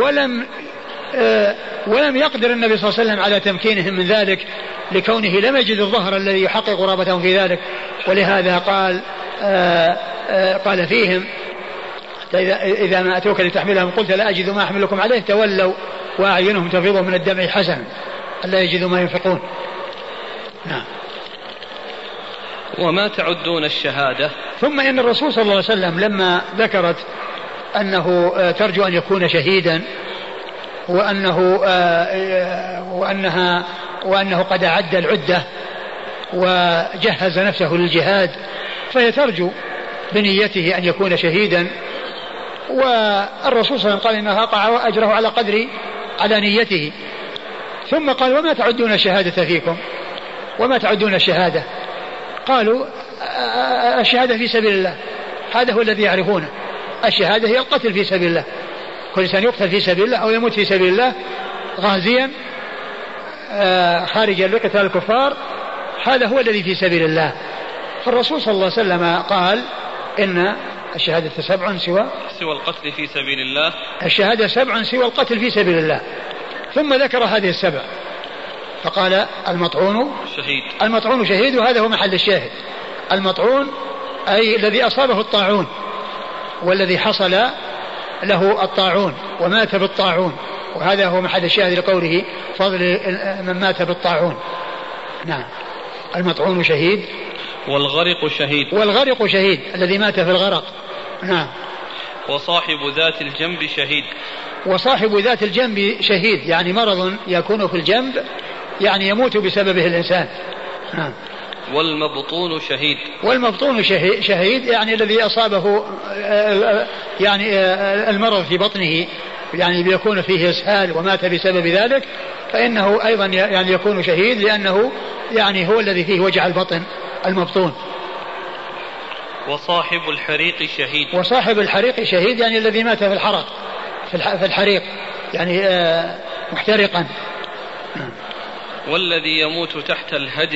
ولم يقدر النبي صلى الله عليه وسلم على تمكينهم من ذلك، لكونه لم يجد الظهر الذي يحقق رغبتهم في ذلك. ولهذا قال فيهم إذا ما أتوك لتحملهم قلت لا أجد ما أحملكم عليه تولوا وأعينهم تفيض من الدمع حسنا ألا يجدوا ما ينفقون. نعم. وما تعدون الشهادة. ثم إن الرسول صلى الله عليه وسلم لما ذكرت أنه ترجو أن يكون شهيدا وأنه قد أعد العدة وجهز نفسه للجهاد، فهي ترجو بنيته أن يكون شهيدا. والرسول صلى الله عليه وسلم قال إنه أوقع أجره على نيته. ثم قال وما تعدون الشهادة فيكم، وما تعدون الشهادة؟ قالوا الشهادة في سبيل الله، هذا هو الذي يعرفونه. الشهادة هي القتل في سبيل الله، كل إنسان يقتل في سبيل الله أو يموت في سبيل الله غازيا خارجا لقتال الكفار، هذا هو الذي في سبيل الله. فالرسول صلى الله عليه وسلم قال إن الشهادة 7 سوى القتل في سبيل الله، الشهادة 7 سوى القتل في سبيل الله. ثم ذكر هذه 7 فقال المطعون شهيد، وهذا هو محل الشاهد. المطعون أي الذي أصابه الطاعون، والذي حصل له الطاعون ومات بالطاعون، وهذا هو محل الشاهد لقوله فضل من مات بالطاعون. نعم. المطعون شهيد، والغرق شهيد الذي مات في الغرق. نعم. وصاحب ذات الجنب شهيد، وصاحب ذات الجنب شهيد يعني مرض يكون في الجنب يعني يموت بسببه الإنسان. نعم. والمبطون شهيد يعني الذي أصابه يعني المرض في بطنه يعني بيكون فيه إسهال ومات بسبب ذلك، فإنه أيضا يعني يكون شهيد، لأنه يعني هو الذي فيه وجع البطن المبطون. وصاحب الحريق شهيد يعني الذي مات في الحرق في الحريق يعني محترقا. والذي يموت تحت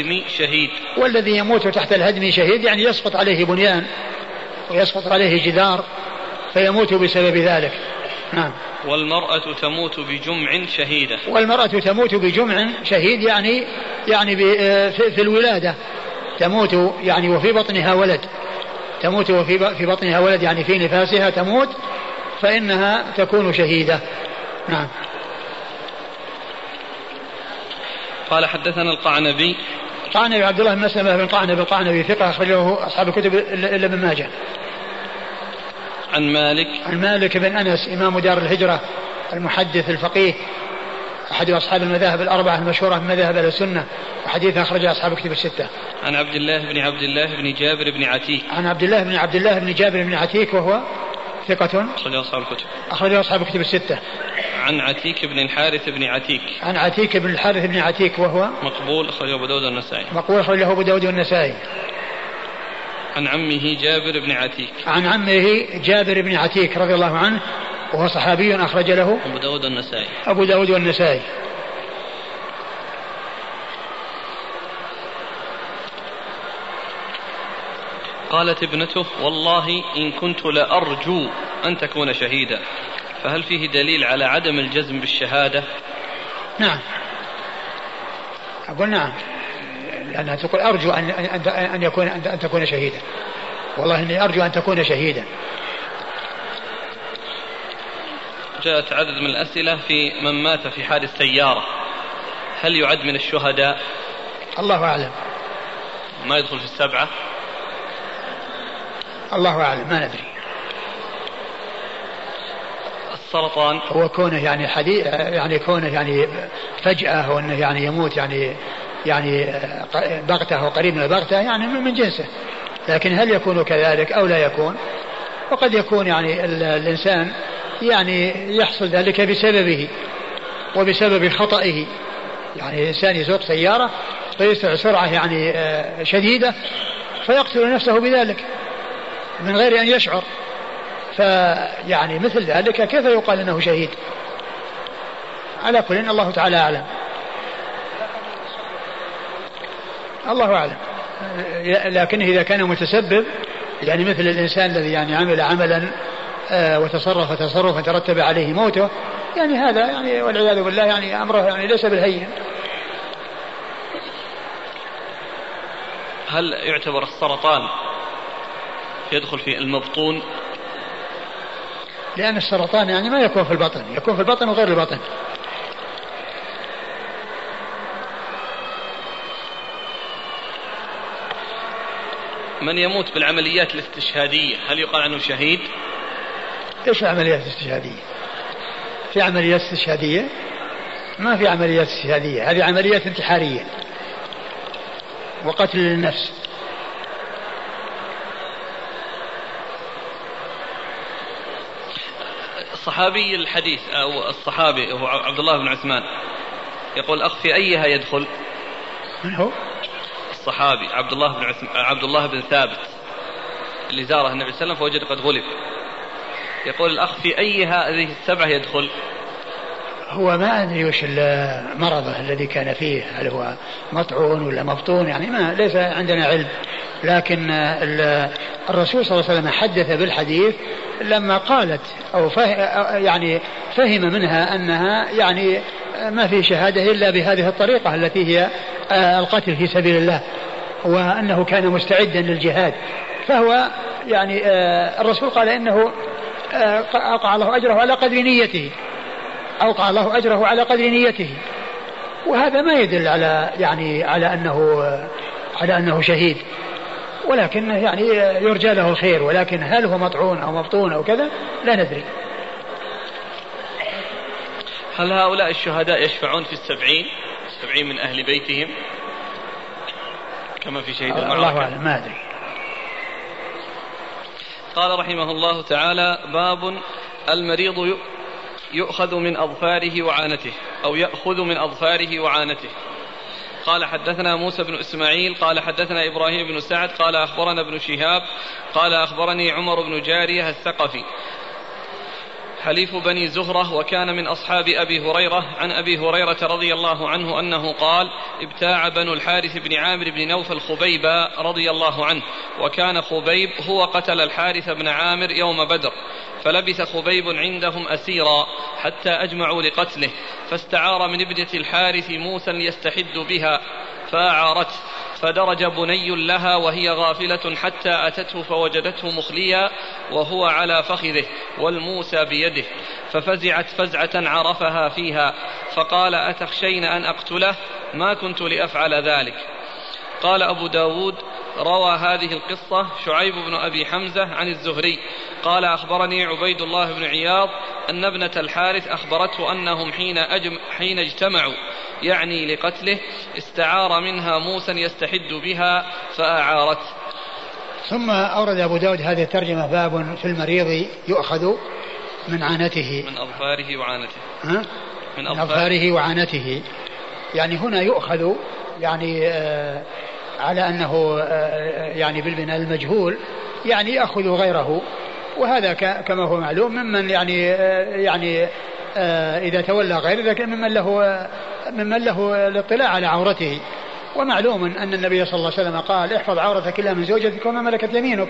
الهدم شهيد يعني يسقط عليه بنيان ويسقط عليه جدار فيموت بسبب ذلك. نعم. والمرأة تموت بجمع شهيد يعني في الولادة تموت يعني وفي بطنها ولد، تموت وفي بطنها ولد يعني في نفاسها تموت، فإنها تكون شهيدة. نعم. قال حدثنا القعنبي عبد الله بن مسلمة بن قعنب القعنبي ثقة أخرجه أصحاب الكتب إلا ابن ماجه. عن مالك بن أنس إمام دار الهجرة المحدث الفقيه أحد أصحاب المذاهب الأربعة المشهورة من مذاهب أهل السنة، وحديث أخرج أصحاب الكتب الستة. عن عبد الله بن جابر بن عتيك. عن عبد الله بن جابر بن عتيك وهو ثقة أخرج أصحاب الكتب الستة. عن عتيك بن الحارث بن عتيك. عن عتيك بن الحارث بن عتيك وهو مقبول أخرجه أبو داود والنسائي. مقبول أخرجه أبو داود والنسائي. عن عمه جابر بن عتيك. عن عمه جابر بن عتيك رضي الله عنه وهو صحابي أخرج له أبو داود والنسائي. قالت ابنته: والله إن كنت لأرجو أن تكون شهيدا، فهل فيه دليل على عدم الجزم بالشهادة؟ نعم، أقول نعم، لأنها تقول أرجو أن تكون شهيدا، والله إني أرجو أن تكون شهيدا. جاءت عدد من الأسئلة في من مات في حادث سيارة، هل يعد من الشهداء؟ الله أعلم، ما يدخل في السبعة؟ الله أعلم، ما ندري. السرطان هو كونه يعني حديث، يعني كونه يعني فجأة، وأنه يعني يموت يعني بغتة وقريب من البغتة، يعني من جنسه، لكن هل يكون كذلك أو لا يكون؟ وقد يكون يعني الإنسان يعني يحصل ذلك بسببه وبسبب خطئه، يعني الإنسان يسوق سيارة فيسرع سرعة يعني شديدة فيقتل نفسه بذلك من غير أن يشعر، فيعني مثل ذلك كيف يقال أنه شهيد؟ على كل إن الله تعالى أعلم، الله أعلم. لكنه إذا كان متسبب، يعني مثل الإنسان الذي يعني عمل عملا وتصرف تصرفا ترتب عليه موته، يعني هذا يعني والعياذ بالله يعني أمره يعني ليس بالهين. هل يعتبر السرطان يدخل في المبطون؟ لأن السرطان يعني ما يكون في البطن، يكون في البطن وغير البطن. من يموت بالعمليات الاستشهادية هل يقال عنه شهيد؟ ايش العمليات الاستشهادية؟ في عمليات استشهادية؟ ما في عمليات استشهادية، هذه عمليات انتحارية وقتل للنفس. الصحابي الحديث أو الصحابي هو عبد الله بن عثمان يقول: أخ في أيها يدخل؟ من هو؟ الصحابي عبد الله بن ثابت اللي زاره النبي صلى الله عليه وسلم فوجد قد غلب، يقول: الأخ في أي هذه السبعة يدخل؟ هو ما أدري وش المرض الذي كان فيه، هل هو مطعون ولا مبطون، يعني ما ليس عندنا علم، لكن الرسول صلى الله عليه وسلم حدث بالحديث لما قالت أو يعني فهم منها أنها يعني ما في شهادة إلا بهذه الطريقة التي هي القتل في سبيل الله، وأنه كان مستعدا للجهاد، فهو يعني الرسول قال إنه أوقع الله أجره على قدر نيته، أوقع الله أجره على قدر نيته، وهذا ما يدل على يعني على أنه شهيد، ولكن يعني يرجى له الخير، ولكن هل هو مطعون أو مبطون أو كذا لا ندري. هل هؤلاء الشهداء يشفعون في 70 من أهل بيتهم كما في شهيد المعركة؟ الله أعلم، ما أدري. قال رحمه الله تعالى: باب المريض يؤخذ من أظفاره وعانته أو يأخذ من أظفاره وعانته. قال: حدثنا موسى بن إسماعيل قال حدثنا إبراهيم بن سعد قال أخبرنا ابن شهاب قال أخبرني عمر بن جارية الثقفي حليف بني زهرة وكان من أصحاب أبي هريرة عن أبي هريرة رضي الله عنه أنه قال: ابتاع بنو الحارث بن عامر بن نوفل خبيبا رضي الله عنه، وكان خبيب هو قتل الحارث بن عامر يوم بدر، فلبث خبيب عندهم أسيرا حتى أجمعوا لقتله، فاستعار من ابنة الحارث موسى ليستحد بها فأعارته، فدرج بني لها وهي غافلة حتى أتته فوجدته مخليا وهو على فخذه والموسى بيده، ففزعت فزعة عرفها فيها، فقال: أتخشين أن أقتله؟ ما كنت لأفعل ذلك. قال أبو داود: روى هذه القصة شعيب بن أبي حمزة عن الزهري قال أخبرني عبيد الله بن عياض أن ابنة الحارث أخبرته أنهم حين اجتمعوا يعني لقتله استعار منها موسى يستحد بها فأعارته. ثم أورد أبو داود هذه الترجمة باب في المريض يؤخذ من عانته من أظفاره وعانته من أظفاره وعانته، يعني هنا يؤخذ يعني على أنه يعني بالبناء المجهول يعني يأخذ غيره، وهذا كما هو معلوم ممن يعني إذا تولى غير ذلك ممن له الاطلاع على عورته. ومعلوم أن النبي صلى الله عليه وسلم قال احفظ عورتك إلا من زوجتك وما ملكت يمينك.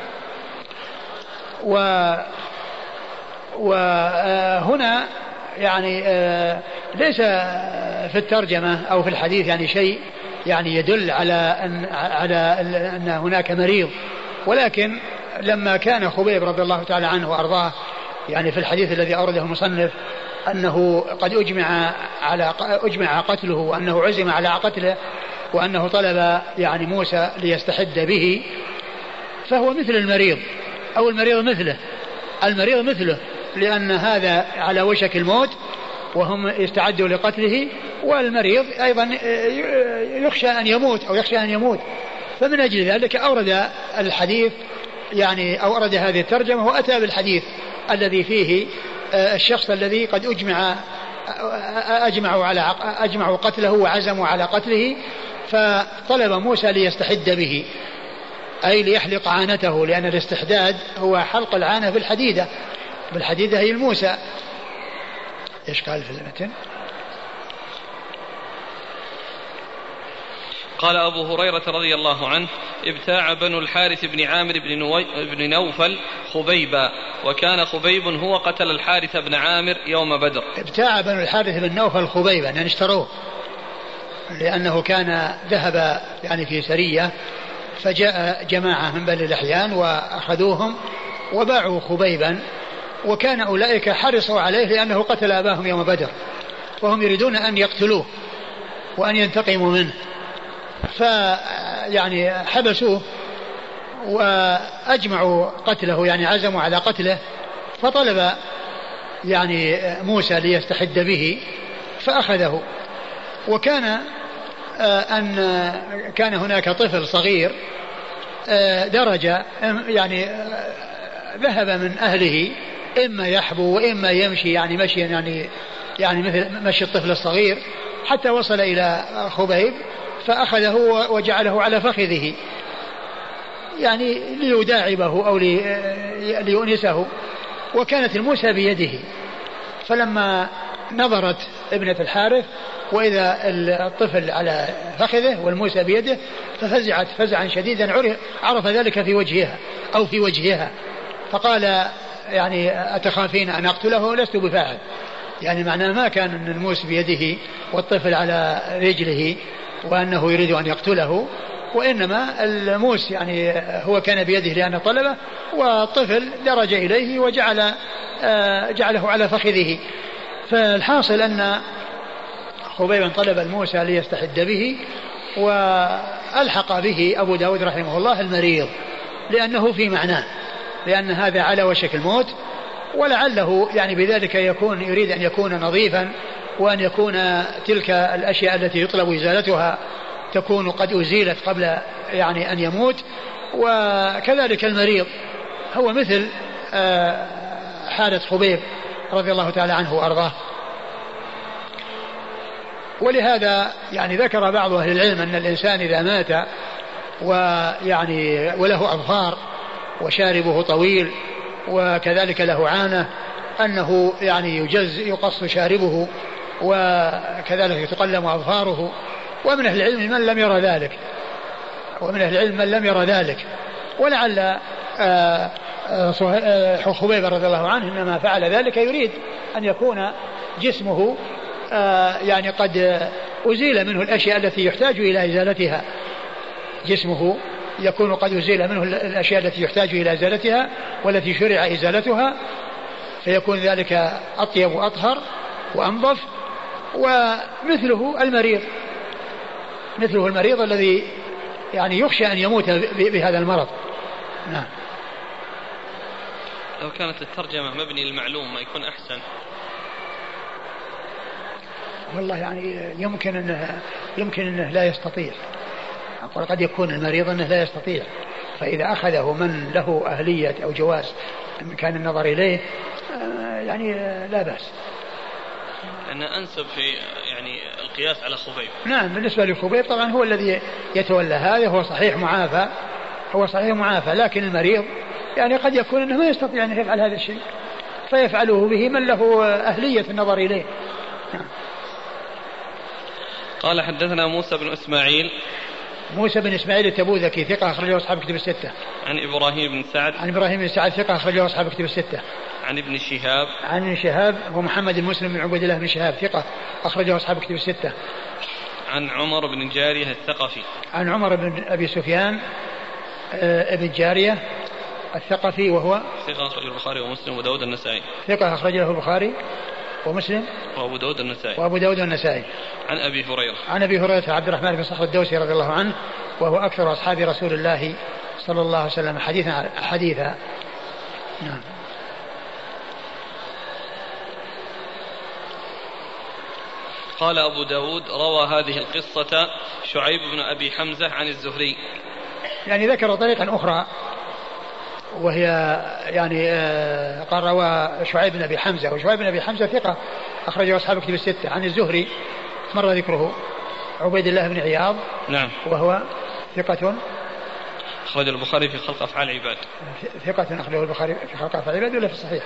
وهنا يعني ليس في الترجمة أو في الحديث يعني شيء يعني يدل على أن هناك مريض، ولكن لما كان خبيب رضي الله تعالى عنه وأرضاه يعني في الحديث الذي أورده المصنف أنه قد أجمع قتله وأنه عزم على قتله وأنه طلب يعني موسى ليستحد به، فهو مثل المريض أو المريض مثله لأن هذا على وشك الموت وهم يستعدوا لقتله، والمريض أيضا يخشى أن يموت فمن أجل ذلك أورد الحديث يعني أورد هذه الترجمة وأتى بالحديث الذي فيه الشخص الذي قد أجمعوا قتله وعزموا على قتله، فطلب موسى ليستحد به أي ليحلق عانته، لأن الاستحداد هو حلق العانة بالحديدة هي الموسى. إيش قال في المتن؟ قال أبو هريرة رضي الله عنه ابتاع بنو الحارث بن عامر بن نوفل خبيبا، وكان خبيب هو قتل الحارث بن عامر يوم بدر. ابتاع بنو الحارث بن نوفل خبيبا يعني اشتروه، لأنه كان ذهب يعني في سرية فجاء جماعة من بني الأحيان وأخذوهم وباعوا خبيبا، وكان أولئك حرصوا عليه لأنه قتل أباهم يوم بدر وهم يريدون أن يقتلوه وأن ينتقموا منه، فيعني حبسوه وأجمعوا قتله يعني عزموا على قتله، فطلب يعني موسى ليستحد به فأخذه. وكان كان هناك طفل صغير درج يعني ذهب من أهله إما يحبو وإما يمشي يعني مشيا يعني مثل مشي الطفل الصغير حتى وصل إلى خبيب فأخذه وجعله على فخذه يعني ليداعبه أو ليؤنسه، وكانت الموسى بيده، فلما نظرت ابنة الحارث وإذا الطفل على فخذه والموسى بيده ففزعت فزعا شديدا عرف ذلك في وجهها أو في وجهها، فقال يعني أتخافين أن أقتله؟ لست بفاعل، يعني معناه ما كان أن الموس بيده والطفل على رجله وأنه يريد أن يقتله، وإنما الموس يعني هو كان بيده لأنه طلبه، والطفل درج إليه جعله على فخذه. فالحاصل أن خبيبا طلب الموسى ليستحد به، وألحق به أبو داود رحمه الله المريض لأنه في معناه، لأن هذا على وشك الموت، ولعله يعني بذلك يريد أن يكون نظيفا، وأن يكون تلك الأشياء التي يطلب إزالتها تكون قد أزيلت قبل يعني أن يموت. وكذلك المريض هو مثل حالة خبيب رضي الله تعالى عنه وأرضاه. ولهذا يعني ذكر بعض أهل العلم أن الإنسان إذا مات ويعني وله أظفار وشاربه طويل وكذلك له عانة أنه يعني يقص شاربه وكذلك تقلم أظفاره، ومن أهل العلم من لم يرى ذلك، ولعل خبيب رضي الله عنه إنما فعل ذلك يريد أن يكون جسمه يعني قد أزيل منه الأشياء التي يحتاج إلى إزالتها، جسمه يكون قد أزيل منه الأشياء التي يحتاج إلى إزالتها والتي شرع إزالتها، فيكون ذلك أطيب وأطهر وأنظف. ومثله المريض الذي يعني يخشى أن يموت بهذا المرض. نعم. لو كانت الترجمة مبني المعلوم ما يكون أحسن. والله يعني يمكن أنه لا يستطيع، قد يكون المريض أنه لا يستطيع، فإذا أخذه من له أهلية أو جواز كان النظر إليه يعني لا بأس. أنا أنسب في يعني القياس على خبيب. نعم بالنسبة لخبيب طبعا هو الذي يتولى هذا، هو صحيح معافى، لكن المريض يعني قد يكون أنه ما يستطيع أن يفعل هذا الشيء فيفعله به من له أهلية النظر إليه. قال حدثنا موسى بن إسماعيل التبوذكي ثقة أخرجه أصحاب كتب الستة. عن إبراهيم بن سعد ثقة أخرجه أصحاب كتب الستة. عن ابن شهاب هو محمد بن مسلم بن عبد الله بن شهاب ثقة أخرجه أصحاب كتب الستة. عن عمر بن جارية الثقفي. عن عمر بن أبي سفيان ابن جارية الثقفي وهو ثقة أخرجه البخاري ومسلم وداود النسائي. ثقة أخرجه البخاري ومسلم وأبو داود النسائي. عن أبي هريرة عبد الرحمن بن صخر الدوسي رضي الله عنه وهو أكثر أصحاب رسول الله صلى الله عليه وسلم حديثا. نعم. قال أبو داود روى هذه القصة شعيب بن أبي حمزة عن الزهري، يعني ذكر طريقا أخرى وهي يعني قال روى شعيب بن أبي حمزة، وشعيب بن أبي حمزة ثقة أخرجه أصحاب كتب الستة. عن الزهري مر ذكره عبيد الله بن عياض. نعم. وهو ثقة أخرجه البخاري في خلق أفعال العباد. ثقة أخرجه البخاري في خلق أفعال العباد ولا في الصحيح؟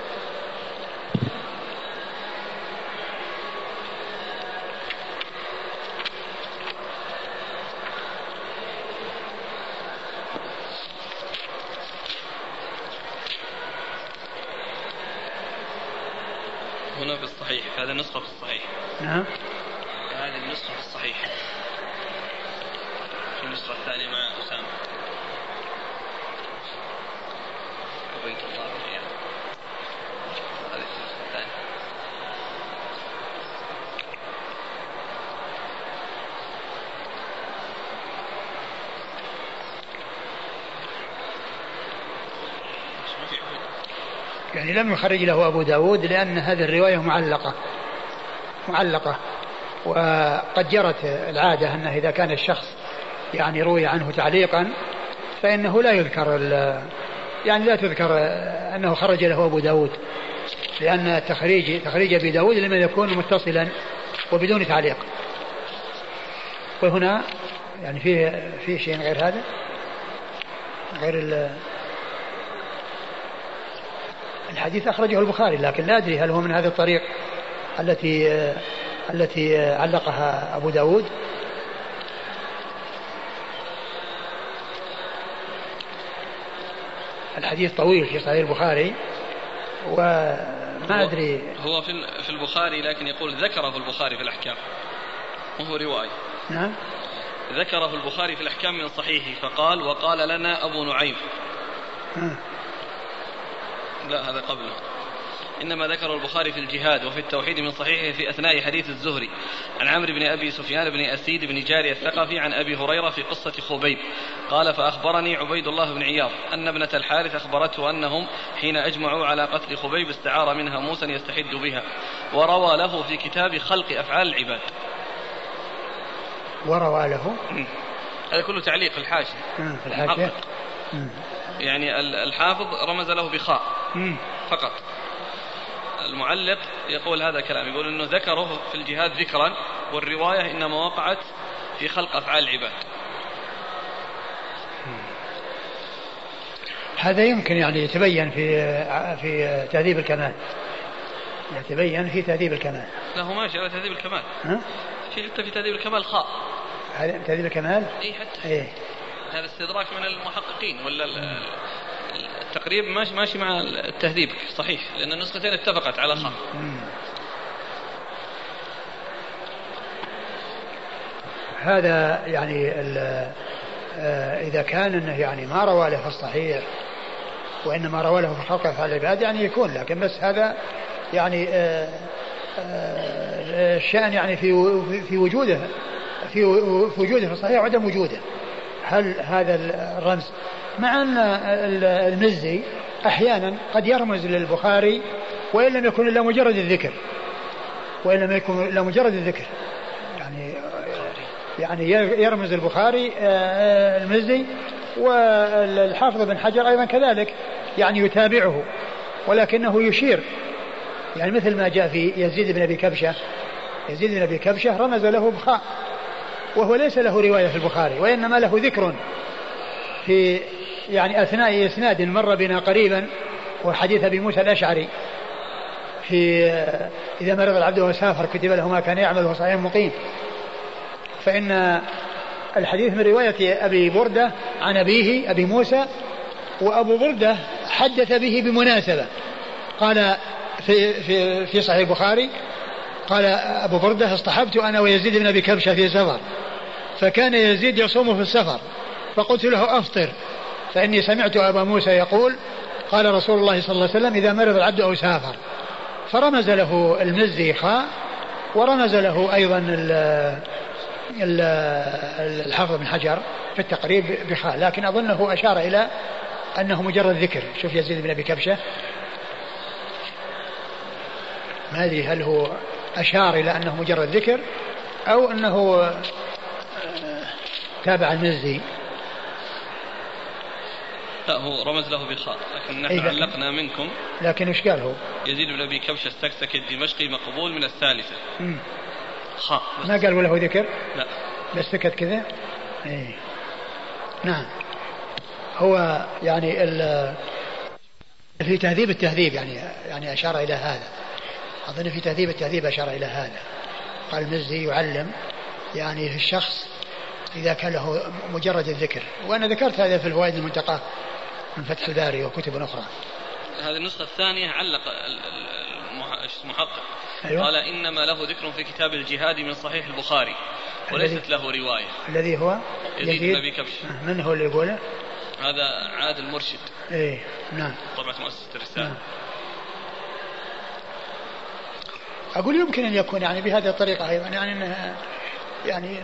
هنا في الصحيح، هذا النسخة في الصحيح. نعم. هذه النسخة في الصحيح. في النسخة الثانية مع أسامة. عبيد الله بن عياض. هذه النسخة الثانية. يعني لم يخرج له أبو داود لأن هذه الرواية معلقة، وقد جرت العادة أنه إذا كان الشخص يعني روي عنه تعليقا فإنه لا يذكر يعني لا تذكر أنه خرج له أبو داود، لأن تخريج أبي داود لما يكون متصلا وبدون تعليق. وهنا يعني في شيء غير هذا، غير الحديث أخرجه البخاري، لكن لا أدري هل هو من هذه الطريق التي علقها أبو داود. الحديث طويل في صحيح البخاري وما أدري. هو في البخاري، لكن يقول ذكره البخاري في الأحكام وهو رواية. نعم. ذكره البخاري في الأحكام من صحيحه فقال وقال لنا أبو نعيم. لا هذا قبله. إنما ذكر البخاري في الجهاد وفي التوحيد من صحيحه في أثناء حديث الزهري عن عمرو بن أبي سفيان بن أسيد بن جارية الثقفي عن أبي هريرة في قصة خبيب قال فأخبرني عبيد الله بن عياض أن ابنة الحارث أخبرته أنهم حين أجمعوا على قتل خبيب استعار منها موسى يستحد بها، وروى له في كتاب خلق أفعال العباد. وروى له هذا كله تعليق في الحاشية. في الحاشية يعني الحافظ رمز له بخاء فقط. المعلق يقول هذا كلام، يقول انه ذكره في الجهاد ذكرا والرواية انما وقعت في خلق افعال العباد. هذا يمكن يعني يتبين في تهذيب الكمال، يتبين في تهذيب الكمال. لا هو ماشي على تهذيب الكمال. في تهذيب الكمال خاء. هذا تهذيب الكمال. اي حتى إيه؟ هذا استدراك من المحققين ولا التقريب ماشي مع التهذيب صحيح، لأن النسختين اتفقت على خاء. هذا يعني إذا كان إنه يعني ما روى له في الصحيح وإنما روى له في خلق أفعال العباد يعني يكون، لكن بس هذا يعني الشأن يعني في وجوده في الصحيح وعدم وجوده. هل هذا الرمز، مع أن المزي أحيانا قد يرمز للبخاري وإن لم يكن إلا مجرد الذكر، يعني يرمز البخاري المزي، والحافظ بن حجر أيضا كذلك يعني يتابعه، ولكنه يشير، يعني مثل ما جاء في يزيد بن أبي كبشة رمز له بخاء، وهو ليس له رواية في البخاري، وإنما له ذكر في يعني أثناء إسناد مر بنا قريبا، وحديث أبي موسى الأشعري في إذا مرض العبد وسافر كتب له ما كان يعمل وهو صحيح مقيم. فإن الحديث من رواية أبي بردة عن أبيه أبي موسى، وأبو بردة حدث به بمناسبة، قال في صحيح البخاري قال أبو بردة: اصطحبت أنا ويزيد بن أبي كبشة في سفر، فكان يزيد يصوم في السفر، فقلت له: أفطر، فإني سمعت أبا موسى يقول: قال رسول الله صلى الله عليه وسلم: إذا مرض العبد أو سافر. فرمز له المزي خاء، ورمز له أيضا الحافظ بن حجر في التقريب بخاء، لكن أظنه أشار إلى أنه مجرد ذكر. شوف يزيد بن أبي كبشة، ما أدري هل هو أشار إلى أنه مجرد ذكر أو أنه تابع المزي. لا، هو رمز له بالخاء، لكن نحن علقنا منكم. لكن إيش قال هو؟ يزيد بن أبي كبشة السكسكي الدمشقي مقبول من الثالثة. خاء ما قال وله ذكر؟ لا، بس سكت كذا. إيه. نعم. هو يعني في تهذيب التهذيب يعني أشار إلى هذا، أظن في تهذيب التهذيب أشار إلى هذا، قال المزي يعلم يعني في الشخص إذا كان له مجرد الذكر. وأنا ذكرت هذا في الفوائد المنتقاة من فتح الباري وكتب أخرى. هذه النسخة الثانية علق المحقق. أيوة. قال: إنما له ذكر في كتاب الجهاد من صحيح البخاري، وليست له رواية. الذي هو يزيد بن أبي كبش. من هو اللي يقوله؟ هذا عادل المرشد. إيه نعم. طبعة مؤسسة الرسالة. نعم. أقول يمكن أن يكون يعني بهذه الطريقة أيضا، يعني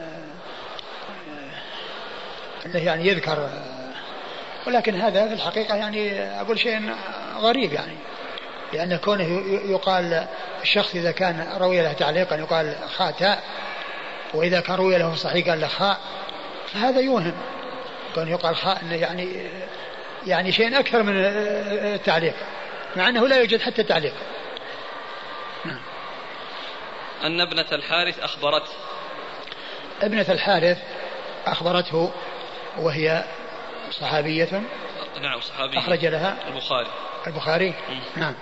أنه يذكر، ولكن هذا في الحقيقة يعني أقول شيء غريب، يعني لأن كونه يقال الشخص إذا كان روي له تعليقا يقال خاء تاء، وإذا كان روي له صحيح قال له خاء، فهذا يوهم. كون يقال خاء إنه يعني شيء أكثر من التعليق، مع أنه لا يوجد حتى تعليق. نعم. أن ابنة الحارث أخبرته. ابنة الحارث أخبرته وهي صحابية. نعم صحابية. أخرج لها البخاري. نعم.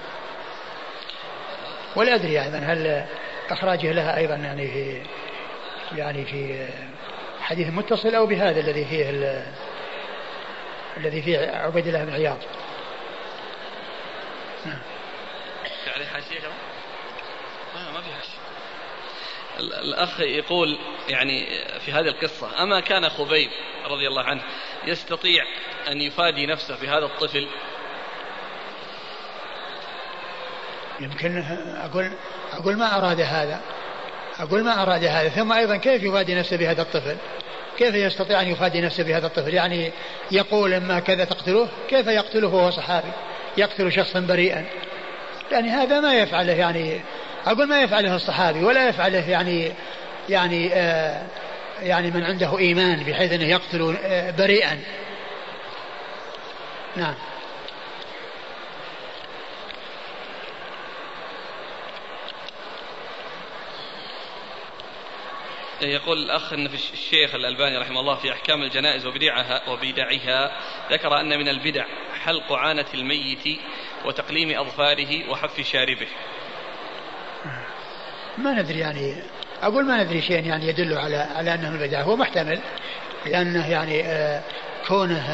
ولا أدري أيضا هل أخراجه لها أيضا يعني في حديث متصل أو بهذا الذي فيه عبيد الله بن عياض. نعم. عليه حاشية ما في حاشية. الأخ يقول يعني في هذه القصة: أما كان خبيب رضي الله عنه يستطيع أن يفادي نفسه بهذا الطفل؟ يمكن أقول ما أراد هذا، ثم أيضا كيف يفادي نفسه بهذا الطفل؟ كيف يستطيع أن يفادي نفسه بهذا الطفل؟ يعني يقول إما كذا تقتلوه، كيف يقتله وهو صحابي؟ يقتل شخصا بريئا، يعني هذا ما يفعله، أقول ما يفعله الصحابي، ولا يفعله يعني من عنده إيمان بحيث أنه يقتل بريئا. نعم. يقول الأخ أن في الشيخ الألباني رحمه الله في أحكام الجنائز وبدعها ذكر أن من البدع حلق عانة الميت وتقليم أظفاره وحف شاربه. ما ندري، يعني أقول ما ندري شيء يعني يدل على أنه البدع. هو محتمل، لأنه يعني كونه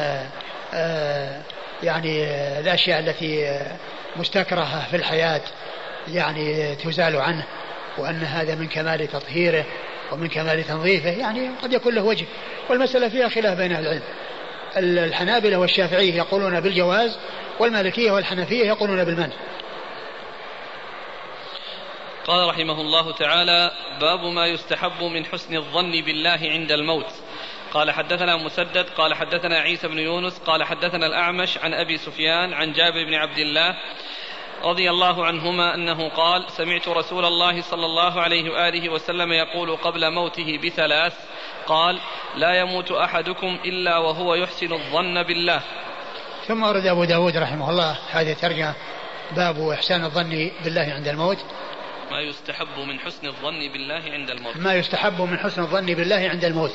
يعني الأشياء التي مستكرهة في الحياة يعني تزال عنه، وأن هذا من كمال تطهيره ومن كمال تنظيفه، يعني قد يكون له وجه. والمسألة فيها خلاف بين أهل العلم. الحنابلة والشافعية يقولون بالجواز، والمالكية والحنفية يقولون بالمنع. قال رحمه الله تعالى: باب ما يستحب من حسن الظن بالله عند الموت. قال حدثنا مسدد قال حدثنا عيسى بن يونس قال حدثنا الأعمش عن أبي سفيان عن جابر بن عبد الله رضي الله عنهما أنه قال: سمعت رسول الله صلى الله عليه وآله وسلم يقول قبل موته ب3: قال: لا يموت أحدكم إلا وهو يحسن الظن بالله. ثم ورد أبو داود رحمه الله هذه الترجمة: باب إحسان الظن بالله عند الموت. ما يستحب من حسن الظن بالله عند الموت. ما يستحب من حسن الظن بالله عند الموت.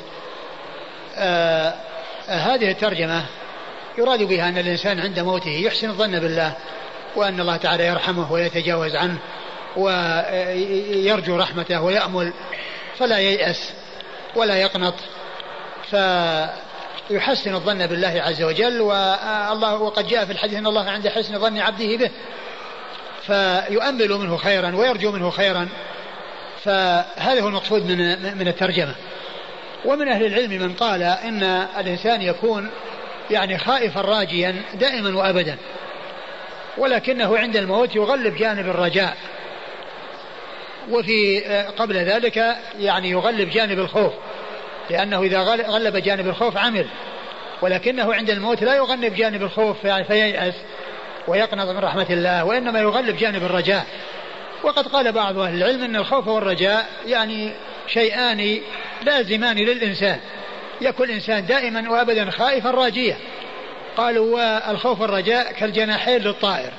هذه الترجمة يراد بها أن الإنسان عند موته يحسن الظن بالله، وأن الله تعالى يرحمه ويتجاوز عنه ويرجو رحمته ويأمل، فلا ييأس ولا يقنط، فيحسن الظن بالله عز وجل. وقد جاء في الحديث أن الله عند حسن ظن عبده به، فيؤمل منه خيرا ويرجو منه خيرا. فهذا هو المقصود من الترجمة. ومن أهل العلم من قال إن الإنسان يكون يعني خائفا راجيا دائما وأبدا، ولكنه عند الموت يغلب جانب الرجاء، وفي قبل ذلك يعني يغلب جانب الخوف، لأنه إذا غلب جانب الخوف عمل، ولكنه عند الموت لا يغلب جانب الخوف فييأس ويقنط من رحمة الله، وإنما يغلب جانب الرجاء. وقد قال بعض أهل العلم أن الخوف والرجاء يعني شيئان لازمان للإنسان، يكون الإنسان دائما وأبدا خائفا راجيا. قالوا: والخوف والرجاء كالجناحين للطائر،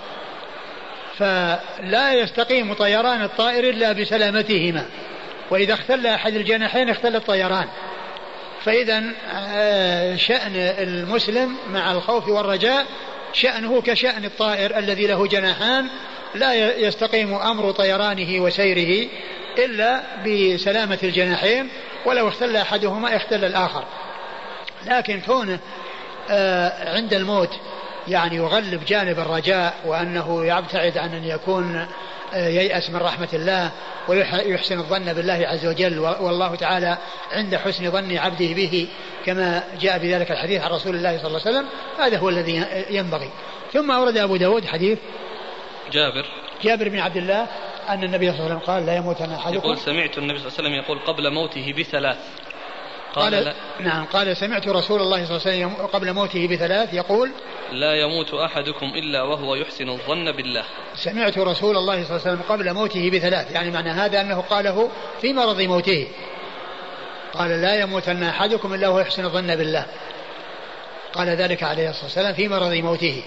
فلا يستقيم طيران الطائر إلا بسلامتهما، وإذا اختل أحد الجناحين اختل الطيران. فإذا شأن المسلم مع الخوف والرجاء شأنه كشأن الطائر الذي له جناحان، لا يستقيم أمر طيرانه وسيره إلا بسلامة الجناحين، ولو اختل أحدهما اختل الآخر. لكن كونه عند الموت يعني يغلب جانب الرجاء، وأنه يبتعد عن أن يكون ييأس من رحمة الله، ويحسن الظن بالله عز وجل، والله تعالى عند حسن ظن عبده به، كما جاء بذلك الحديث عن رسول الله صلى الله عليه وسلم. هذا هو الذي ينبغي. ثم أورد أبو داود حديث جابر بن عبد الله أن النبي صلى الله عليه وسلم قال: لا يموتن أحدكم. يقول: سمعت النبي صلى الله عليه وسلم يقول قبل موته ب3. قال نعم، قال: سمعت رسول الله صلى الله عليه وسلم قبل موته ب3 يقول: لا يموت أحدكم إلا وهو يحسن الظن بالله. سمعت رسول الله صلى الله عليه وسلم قبل موته ب3، يعني معنى هذا أنه قاله في مرض موته. قال: لا يموتن أحدكم إلا وهو يحسن الظن بالله. قال ذلك عليه الصلاة والسلام في مرض موته.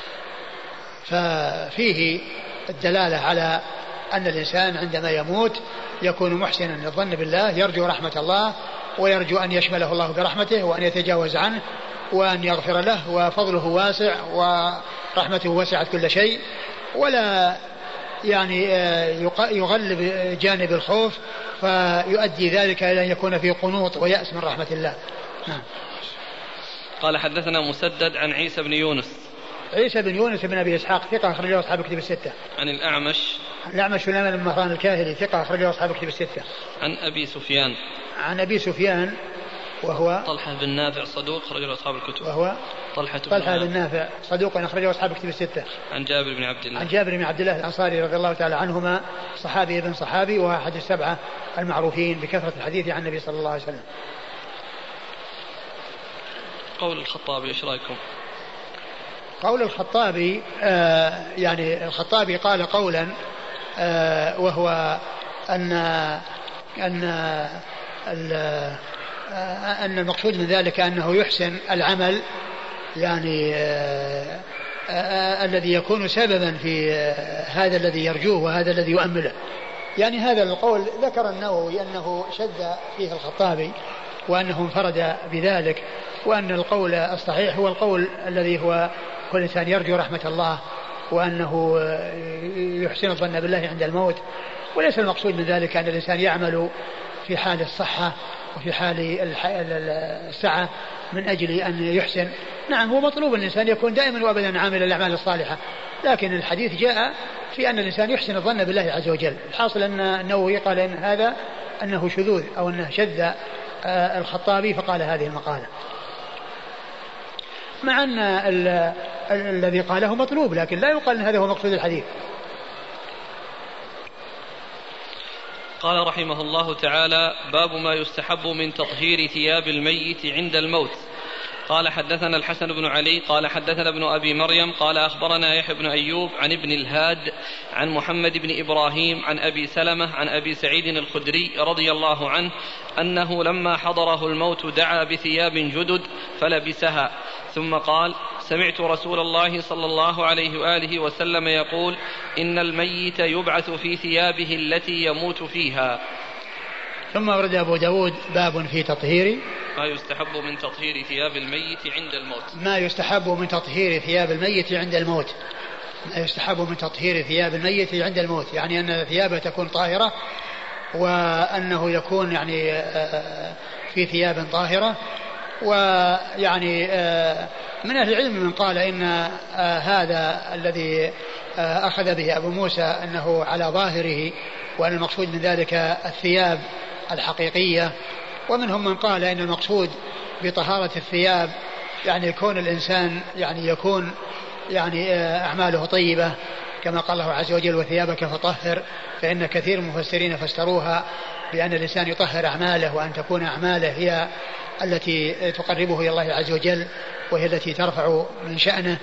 ففيه الدلالة على أن الإنسان عندما يموت يكون محسنا الظن بالله، يرجو رحمة الله، ويرجو أن يشمله الله برحمته، وأن يتجاوز عنه، وأن يغفر له، وفضله واسع ورحمته وسعت كل شيء، ولا يعني يغلب جانب الخوف فيؤدي ذلك إلى أن يكون في قنوط ويأس من رحمة الله. نعم. قال: حدثنا مسدد عن عيسى بن يونس. عيسى بن يونس بن أبي إسحاق ثقة أخرجه أصحاب الكتب الستة. عن الأعمش سليمان بن مهران الكاهلي ثقة أخرجه أصحاب الكتب الستة. عن أبي سفيان وهو طلحة بن نافع صدوق أخرجه أصحاب الكتب. وهو طلحة بن نافع صدوق أخرجه أصحاب الكتب الستة. عن جابر بن عبد الله الأنصاري رضي الله تعالى عنهما، صحابي ابن صحابي، وهو أحد السبعة المعروفين بكثرة الحديث عن النبي صلى الله عليه وسلم. قول الخطابي ايش رايكم؟ قول الخطابي يعني الخطابي قال قولا وهو أن المقصود من ذلك أنه يحسن العمل، يعني الذي يكون سببا في هذا الذي يرجوه وهذا الذي يؤمله. يعني هذا القول ذكر النووي أنه شد فيه الخطابي، وأنه انفرد بذلك، وأن القول الصحيح هو القول الذي هو كل إنسان يرجو رحمة الله، وأنه يحسن الظن بالله عند الموت. وليس المقصود من ذلك أن الإنسان يعمل في حال الصحة وفي حال السعة من أجل أن يحسن. نعم، هو مطلوب الإنسان يكون دائما وأبدا عامل الأعمال الصالحة، لكن الحديث جاء في أن الإنسان يحسن الظن بالله عز وجل. الحاصل أن النووي قال إن هذا أنه شذوذ أو أنه شذ الخطابي فقال هذه المقالة، مع أن الذي قاله مطلوب، لكن لا يقال أن هذا هو مقصود الحديث. قال رحمه الله تعالى: باب ما يستحب من تطهير ثياب الميت عند الموت. قال حدثنا الحسن بن علي قال حدثنا ابن أبي مريم قال أخبرنا يحيى بن أيوب عن ابن الهاد عن محمد بن إبراهيم عن أبي سلمة عن أبي سعيد الخدري رضي الله عنه أنه لما حضره الموت دعا بثياب جدد فلبسها، ثم قال: سمعت رسول الله صلى الله عليه وآله وسلم يقول: إن الميت يبعث في ثيابه التي يموت فيها. ثم ورد أبو داود باب في تطهير ما يستحب من تطهير ثياب الميت عند الموت. ما يستحب من تطهير ثياب الميت عند الموت. ما يستحب من تطهير ثياب الميت عند الموت، يعني أن ثيابه تكون طاهرة، وأنه يكون يعني في ثياب طاهرة. ويعني من أهل العلم من قال إن هذا الذي أخذ به أبو موسى أنه على ظاهره، وأن المقصود من ذلك الثياب الحقيقية. ومنهم من قال إن المقصود بطهارة الثياب يعني يكون الإنسان يعني يكون يعني أعماله طيبة، كما قال الله عز وجل: وثيابك فطهر. فإن كثير من المفسرين فسروها بأن الإنسان يطهر أعماله، وأن تكون أعماله هي التي تقربه إلى الله عز وجل، وهي التي ترفع من شأنه.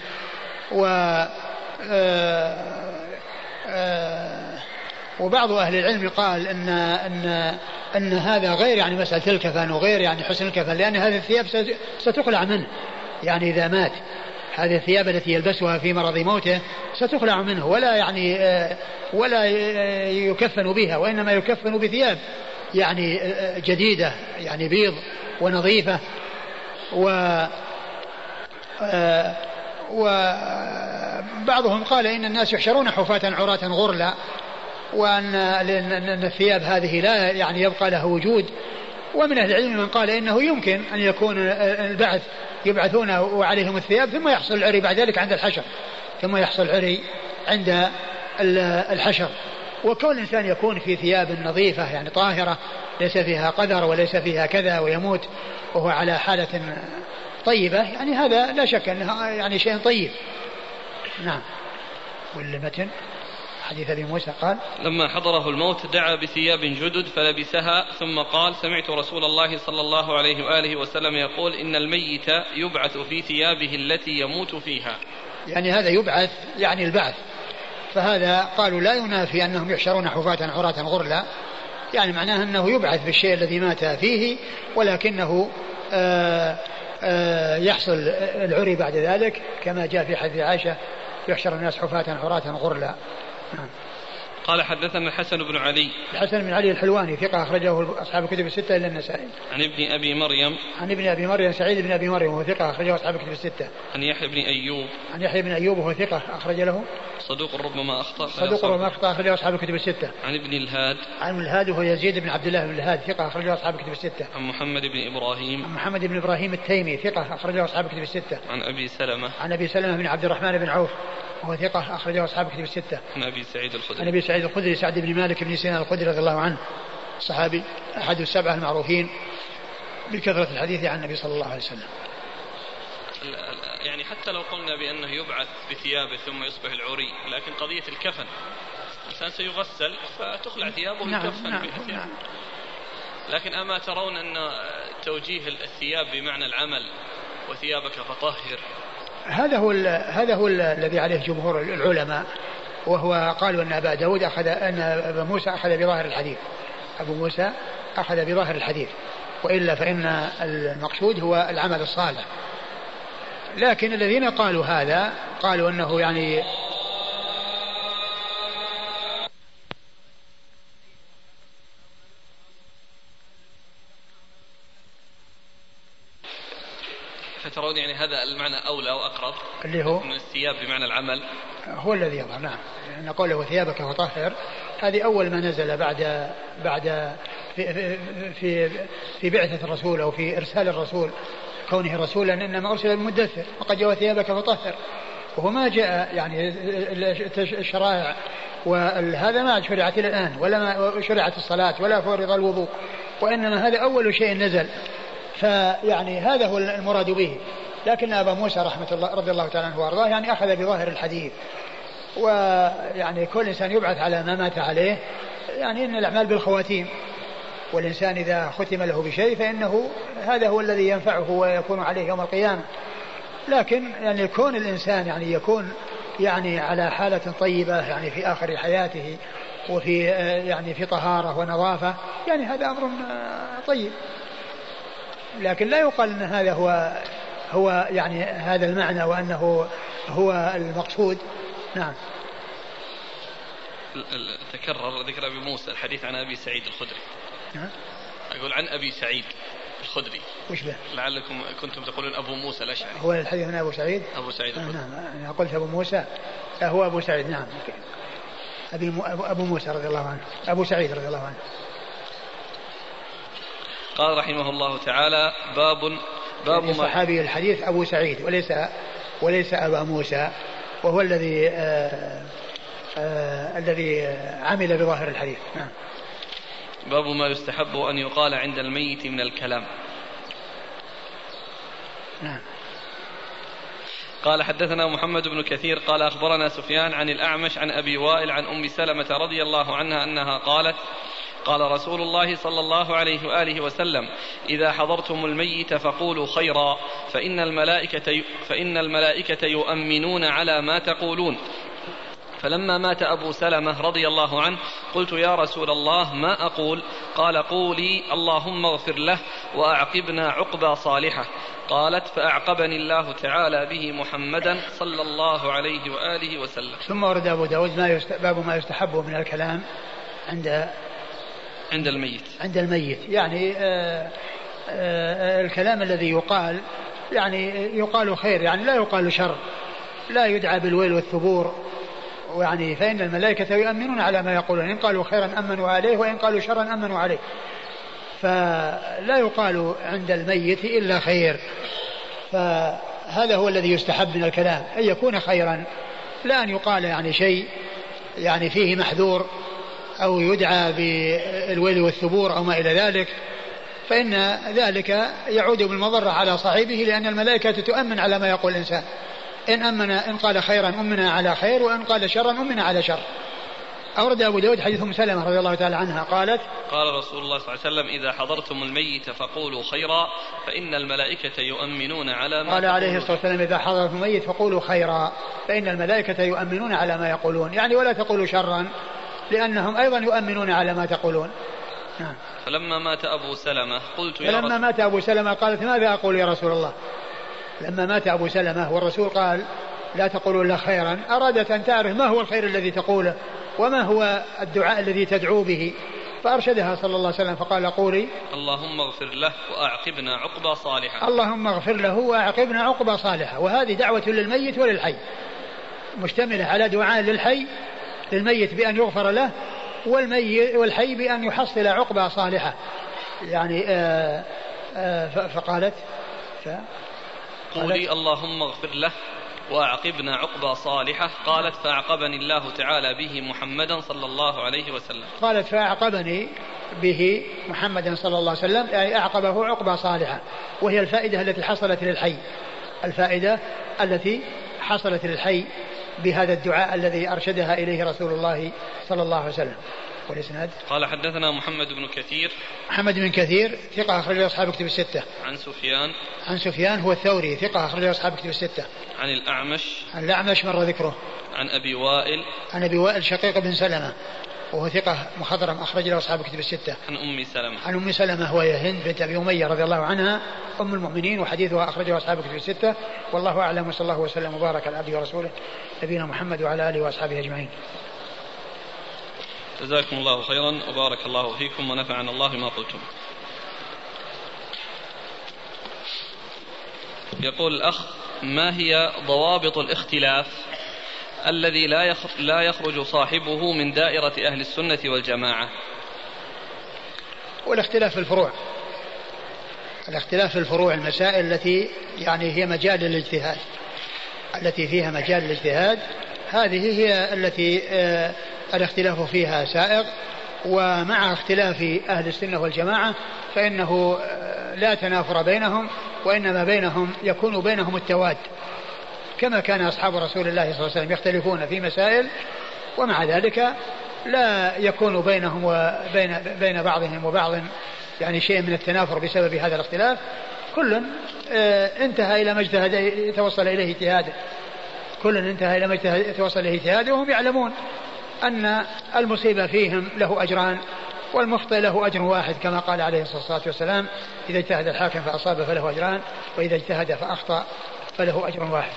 وبعض أهل العلم قال أن هذا غير يعني مسألة الكفن، وغير يعني حسن الكفن، لأن هذه الثياب ستخلع منه، يعني إذا مات هذه الثياب التي يلبسها في مرض موته ستخلع منه، ولا يعني ولا يكفن بها، وإنما يكفن بثياب يعني جديدة، يعني بيض ونظيفة. وبعضهم قال إن الناس يحشرون حفاة عراة غرلا، وأن الثياب هذه لا يعني يبقى له وجود. ومن أهل العلم من قال إنه يمكن أن يكون البعث يبعثون وعليهم الثياب، ثم يحصل العري بعد ذلك عند الحشر، ثم يحصل العري عند الحشر. وكل إنسان يكون في ثياب نظيفة يعني طاهرة ليس فيها قذر وليس فيها كذا ويموت وهو على حالة طيبة، يعني هذا لا شك أنه يعني شيء طيب. نعم. والمتن حديث أبي موسى قال: لما حضره الموت دعا بثياب جدد فلبسها، ثم قال: سمعت رسول الله صلى الله عليه وآله وسلم يقول: إن الميت يبعث في ثيابه التي يموت فيها. يعني هذا يبعث يعني البعث، فهذا قالوا لا ينافي أنهم يحشرون حفاة عراة غرلا، يعني معناه أنه يبعث بالشيء الذي مات فيه، ولكنه يحصل العري بعد ذلك، كما جاء في حديث عائشة: يحشر الناس حفاة عراة غرلا. قال حدثنا الحسن بن علي. الحسن بن علي الحلواني ثقة أخرجه أصحاب الكتب الستة إلا النسائي. عن ابن أبي مريم. عن ابن أبي مريم سعيد بن أبي مريم وهو ثقة أخرجه أصحاب الكتب الستة. عن يحيى بن أيوب. عن يحيى بن أيوب وهو ثقة أخرج له. صدوق ربما أخطأ. صدوق ربما أخطأ أخرجه أصحاب الكتب الستة. عن ابن الهاد. عن الهاد وهو يزيد بن عبد الله بن الهاد ثقة أخرجه أصحاب الكتب الستة. عن محمد بن إبراهيم. عن محمد بن إبراهيم التيمي ثقة أخرجه أصحاب الكتب الستة. عن أبي سلمة. عن أبي سلمة بن عبد الرحمن بن عوف وهو ثقة أخرجه أصحاب الكتب الستة. عن أبي سعيد الخدري. عن أبي سعيد الخدري سعد بن مالك بن سنان الخدري رضي الله عنه، الصحابي أحد السبعة المعروفين بكثرة الحديث عن النبي صلى الله عليه وسلم. يعني حتى لو قلنا بأنه يبعث بثيابه ثم يصبح العري، لكن قضية الكفن الإنسان سيغسل فتخلع ثيابه ويكفن بها. نعم. لكن أما ترون أن توجيه الثياب بمعنى العمل وثيابك فطهر، هذا هو الذي عليه جمهور العلماء، وهو قالوا أن أبا موسى أخذ بظاهر الحديث. أبو موسى أخذ بظاهر الحديث، وإلا فإن المقصود هو العمل الصالح. لكن الذين قالوا هذا قالوا أنه يعني فترون يعني هذا المعنى أولى وأقرب، اللي هو من الثياب بمعنى العمل هو الذي يظهر. نعم، لأن قوله ثيابك فطهر هذه أول ما نزل بعد في بعثة الرسول أو في إرسال الرسول، كونه رسولا إنما أرسل المدثر، وقد جاء ثيابك فطهر، وهو ما جاء يعني الشرائع وهذا ما شرعت إلى الآن، ولا ما شرعت الصلاة ولا فرض الوضوء، وإنما هذا أول شيء نزل، فيعني هذا هو المراد به. لكن أبا موسى رضي الله تعالى عنه وارضاه يعني أخذ بظاهر الحديث، ويعني كل إنسان يبعث على ما مات عليه، يعني إن الأعمال بالخواتيم، والإنسان إذا ختم له بشيء فإنه هذا هو الذي ينفعه ويكون عليه يوم القيامة. لكن يعني يكون الإنسان يعني يكون يعني على حالة طيبة يعني في آخر حياته وفي يعني في طهارة ونظافة، يعني هذا أمر طيب، لكن لا يقال أن هذا هو يعني هذا المعنى وأنه هو المقصود. نعم. تكرر ذكر أبي موسى الحديث عن أبي سعيد الخدري. أقول عن أبي سعيد الخدري. وش به؟ لعلكم كنتم تقولون أبو موسى الأشعري. هو الحديث عن أبو سعيد. أبو سعيد الخدري. نعم أنا قلت أبو موسى، هو أبو سعيد. نعم أبو موسى رضي الله عنه، أبو سعيد رضي الله عنه. قال رحمه الله تعالى باب يعني صحابي الحديث أبو سعيد وليس أبا موسى، وهو الذي عمل بظاهر الحديث. نعم. باب ما يستحب أن يقال عند الميت من الكلام. نعم. قال حدثنا محمد بن كثير قال أخبرنا سفيان عن الأعمش عن أبي وائل عن أم سلمة رضي الله عنها أنها قالت قال رسول الله صلى الله عليه وآله وسلم إذا حضرتم الميت فقولوا خيرا فإن الملائكة يؤمنون على ما تقولون. فلما مات أبو سلمة رضي الله عنه قلت يا رسول الله ما أقول؟ قال قولي اللهم اغفر له وأعقبنا عقبى صالحة. قالت فأعقبني الله تعالى به محمدا صلى الله عليه وآله وسلم. ثم ورد أبو داود باب ما يستحب من الكلام عند الميت يعني الكلام الذي يقال يعني يقال خير، يعني لا يقال شر، لا يدعى بالويل والثبور، يعني فإن الملائكة يؤمنون على ما يقولون، إن قالوا خيرا أمنوا عليه وإن قالوا شرا أمنوا عليه. فلا يقال عند الميت إلا خير، فهذا هو الذي يستحب من الكلام أن يكون خيرا، لا أن يقال يعني شيء يعني فيه محذور أو يدعى بالويل والثبور أو ما إلى ذلك، فإن ذلك يعود بالمضرة على صاحبه، لأن الملائكة تؤمن على ما يقول الإنسان، إن قال خيرا أمنا على خير، وإن قال شرا أمنا على شر. أورد أبو داود حديث أم سلمة رضي الله تعالى عنها قالت قال رسول الله صلى الله عليه وسلم إذا حضرتم الميت فقولوا خيرا فإن الملائكة يؤمنون على ما قال عليه الصلاة والسلام إذا حضرتم الميت فقولوا خيرا فإن الملائكة يؤمنون على ما يقولون، يعني ولا تقولوا شرا لأنهم أيضا يؤمنون على ما تقولون. نعم. فلما مات أبو سلمة قلت يا فلما مات أبو سلمة قالت ماذا أقول يا رسول الله؟ لما مات أبو سلمة والرسول قال لا تقولوا إلا خيرا، أرادت أن تعرف ما هو الخير الذي تقوله وما هو الدعاء الذي تدعو به، فأرشدها صلى الله عليه وسلم فقال قولي اللهم اغفر له وأعقبنا عقبى صالحة. اللهم اغفر له وأعقبنا عقبى صالحة، وهذه دعوة للميت وللحي، مشتملة على دعاء للميت بأن يغفر له، والحي بأن يحصل عقبى صالحة. يعني فقالت قولي اللهم اغفر له وأعقبنا عقبى صالحة. قالت فأعقبني الله تعالى به محمدا صلى الله عليه وسلم. قالت فأعقبني به محمدا صلى الله عليه وسلم، أي أعقبه عقبى صالحة، وهي الفائدة التي حصلت للحي، الفائدة التي حصلت للحي بهذا الدعاء الذي أرشدها إليه رسول الله صلى الله عليه وسلم. والإسناد قال حدثنا محمد بن كثير ثقة أخرج أصحاب كتب الستة. عن سفيان هو الثوري ثقة أخرج أصحاب كتب الستة. عن الأعمش مر ذكره. عن أبي وائل شقيق بن سلمة وهو ثقة مخضرم أخرج له أصحاب كتب الستة. عن أم سلمة وهي هند بنت أبي أمية رضي الله عنها أم المؤمنين، وحديثها أخرجه أصحاب كتب الستة. والله أعلم، وصلى الله وسلم وبارك على عبده ورسوله نبينا محمد وعلى آله وأصحابه أجمعين. جزاكم الله خيرا وبارك الله فيكم ونفعنا الله ما قلتم. يقول الأخ ما هي ضوابط الاختلاف الذي لا يخرج صاحبه من دائرة أهل السنة والجماعة؟ والاختلاف في الفروع المسائل التي يعني هي مجال الاجتهاد، التي فيها مجال الاجتهاد، هذه هي التي الاختلاف فيها سائغ. ومع اختلاف أهل السنة والجماعة فإنه لا تنافر بينهم، وإنما يكون بينهم التواد، كما كان أصحاب رسول الله صلى الله عليه وسلم يختلفون في مسائل ومع ذلك لا يكون بينهم وبين بعضهم وبعض يعني شيء من التنافر بسبب هذا الاختلاف. كل انتهى إلى ما اجتهد توصل إليه اجتهاده، كل انتهى إلى ما توصل إليه اجتهاده، وهم يعلمون أن المصيبة فيهم له أجران والمخطئ له أجر واحد، كما قال عليه الصلاة والسلام: إذا اجتهد الحاكم فأصاب فله أجران، وإذا اجتهد فأخطأ فله أجر واحد.